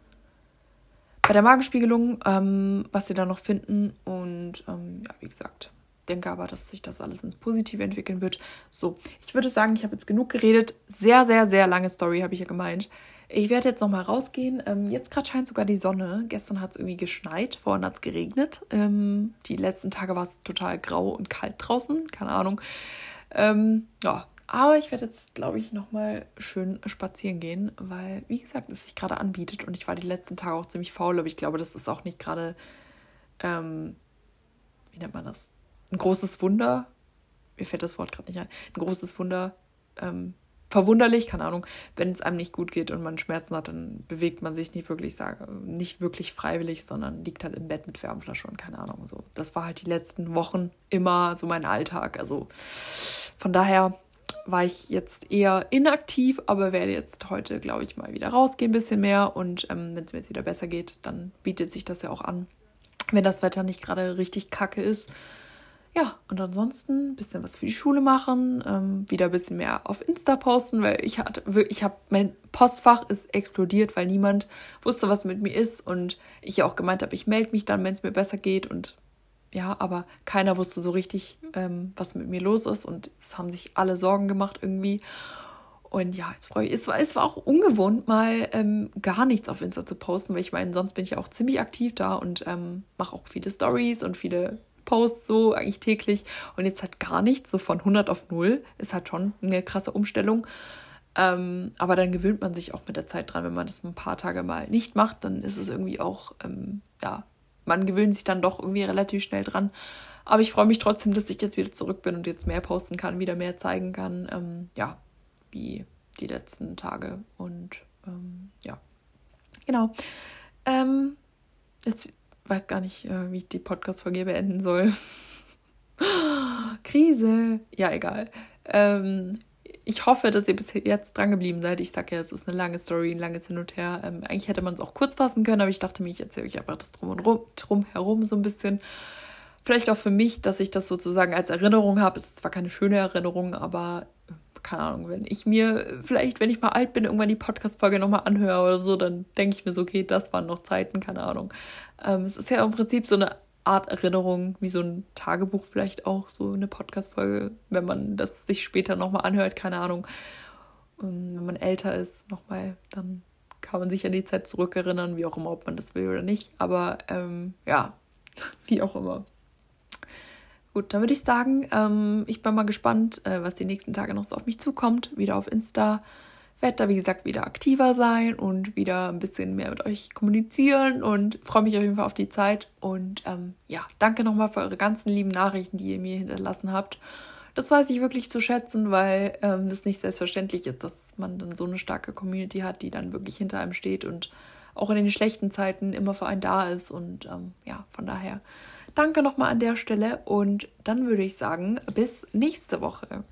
bei der Magenspiegelung, ähm, was sie da noch finden. Und ähm, ja, wie gesagt, denke aber, dass sich das alles ins Positive entwickeln wird. So, ich würde sagen, ich habe jetzt genug geredet. Sehr, sehr, sehr lange Story, habe ich ja gemeint. Ich werde jetzt nochmal rausgehen. Ähm, jetzt gerade scheint sogar die Sonne. Gestern hat es irgendwie geschneit, vorhin hat es geregnet. Ähm, die letzten Tage war es total grau und kalt draußen, keine Ahnung. Ähm, ja, aber ich werde jetzt, glaube ich, nochmal schön spazieren gehen, weil, wie gesagt, es sich gerade anbietet und ich war die letzten Tage auch ziemlich faul, aber ich glaube, das ist auch nicht gerade, ähm, wie nennt man das? Ein großes Wunder, mir fällt das Wort gerade nicht ein, ein großes Wunder, ähm, verwunderlich, keine Ahnung, wenn es einem nicht gut geht und man Schmerzen hat, dann bewegt man sich nicht wirklich, nicht wirklich freiwillig, sondern liegt halt im Bett mit Wärmflasche und keine Ahnung, so. Das war halt die letzten Wochen immer so mein Alltag, also von daher war ich jetzt eher inaktiv, aber werde jetzt heute, glaube ich, mal wieder rausgehen, ein bisschen mehr und ähm, wenn es mir jetzt wieder besser geht, dann bietet sich das ja auch an, wenn das Wetter nicht gerade richtig kacke ist. Ja, und ansonsten ein bisschen was für die Schule machen, ähm, wieder ein bisschen mehr auf Insta posten, weil ich hatte, ich habe, mein Postfach ist explodiert, weil niemand wusste, was mit mir ist und ich ja auch gemeint habe, ich melde mich dann, wenn es mir besser geht und ja, aber keiner wusste so richtig, ähm, was mit mir los ist und es haben sich alle Sorgen gemacht irgendwie. Und ja, jetzt freue ich mich. Es war, es war auch ungewohnt, mal ähm, gar nichts auf Insta zu posten, weil ich meine, sonst bin ich ja auch ziemlich aktiv da und ähm, mache auch viele Stories und viele Posts so eigentlich täglich. Und jetzt halt gar nichts, so von hundert auf null. Ist halt schon eine krasse Umstellung. Ähm, aber dann gewöhnt man sich auch mit der Zeit dran, wenn man das ein paar Tage mal nicht macht, dann ist es irgendwie auch, ähm, ja, man gewöhnt sich dann doch irgendwie relativ schnell dran. Aber ich freue mich trotzdem, dass ich jetzt wieder zurück bin und jetzt mehr posten kann, wieder mehr zeigen kann. Ähm, ja, wie die letzten Tage. Und ähm, ja, genau. Ähm, jetzt weiß gar nicht, äh, wie ich die Podcast-Folge beenden soll. Krise. Ja, egal. Ähm, ich hoffe, dass ihr bis jetzt dran geblieben seid. Ich sage ja, es ist eine lange Story, ein langes Hin und Her. Ähm, eigentlich hätte man es auch kurz fassen können, aber ich dachte mir, ich erzähle euch einfach das drum und rum, drum herum so ein bisschen. Vielleicht auch für mich, dass ich das sozusagen als Erinnerung habe. Es ist zwar keine schöne Erinnerung, aber keine Ahnung, wenn ich mir vielleicht, wenn ich mal alt bin, irgendwann die Podcast-Folge nochmal anhöre oder so, dann denke ich mir so, okay, das waren noch Zeiten, keine Ahnung. Ähm, es ist ja im Prinzip so eine Art Erinnerung, wie so ein Tagebuch vielleicht auch, so eine Podcast-Folge, wenn man das sich später nochmal anhört, keine Ahnung. Und wenn man älter ist, nochmal, dann kann man sich an die Zeit zurückerinnern, wie auch immer, ob man das will oder nicht. Aber ähm, ja, wie auch immer. Gut, dann würde ich sagen, ähm, ich bin mal gespannt, äh, was die nächsten Tage noch so auf mich zukommt. Wieder auf Insta. Werde da, wie gesagt, wieder aktiver sein und wieder ein bisschen mehr mit euch kommunizieren und freue mich auf jeden Fall auf die Zeit. Und ähm, ja, danke nochmal für eure ganzen lieben Nachrichten, die ihr mir hinterlassen habt. Das weiß ich wirklich zu schätzen, weil ähm, das nicht selbstverständlich ist, dass man dann so eine starke Community hat, die dann wirklich hinter einem steht und auch in den schlechten Zeiten immer für einen da ist. Und ähm, ja, von daher danke nochmal an der Stelle und dann würde ich sagen, bis nächste Woche.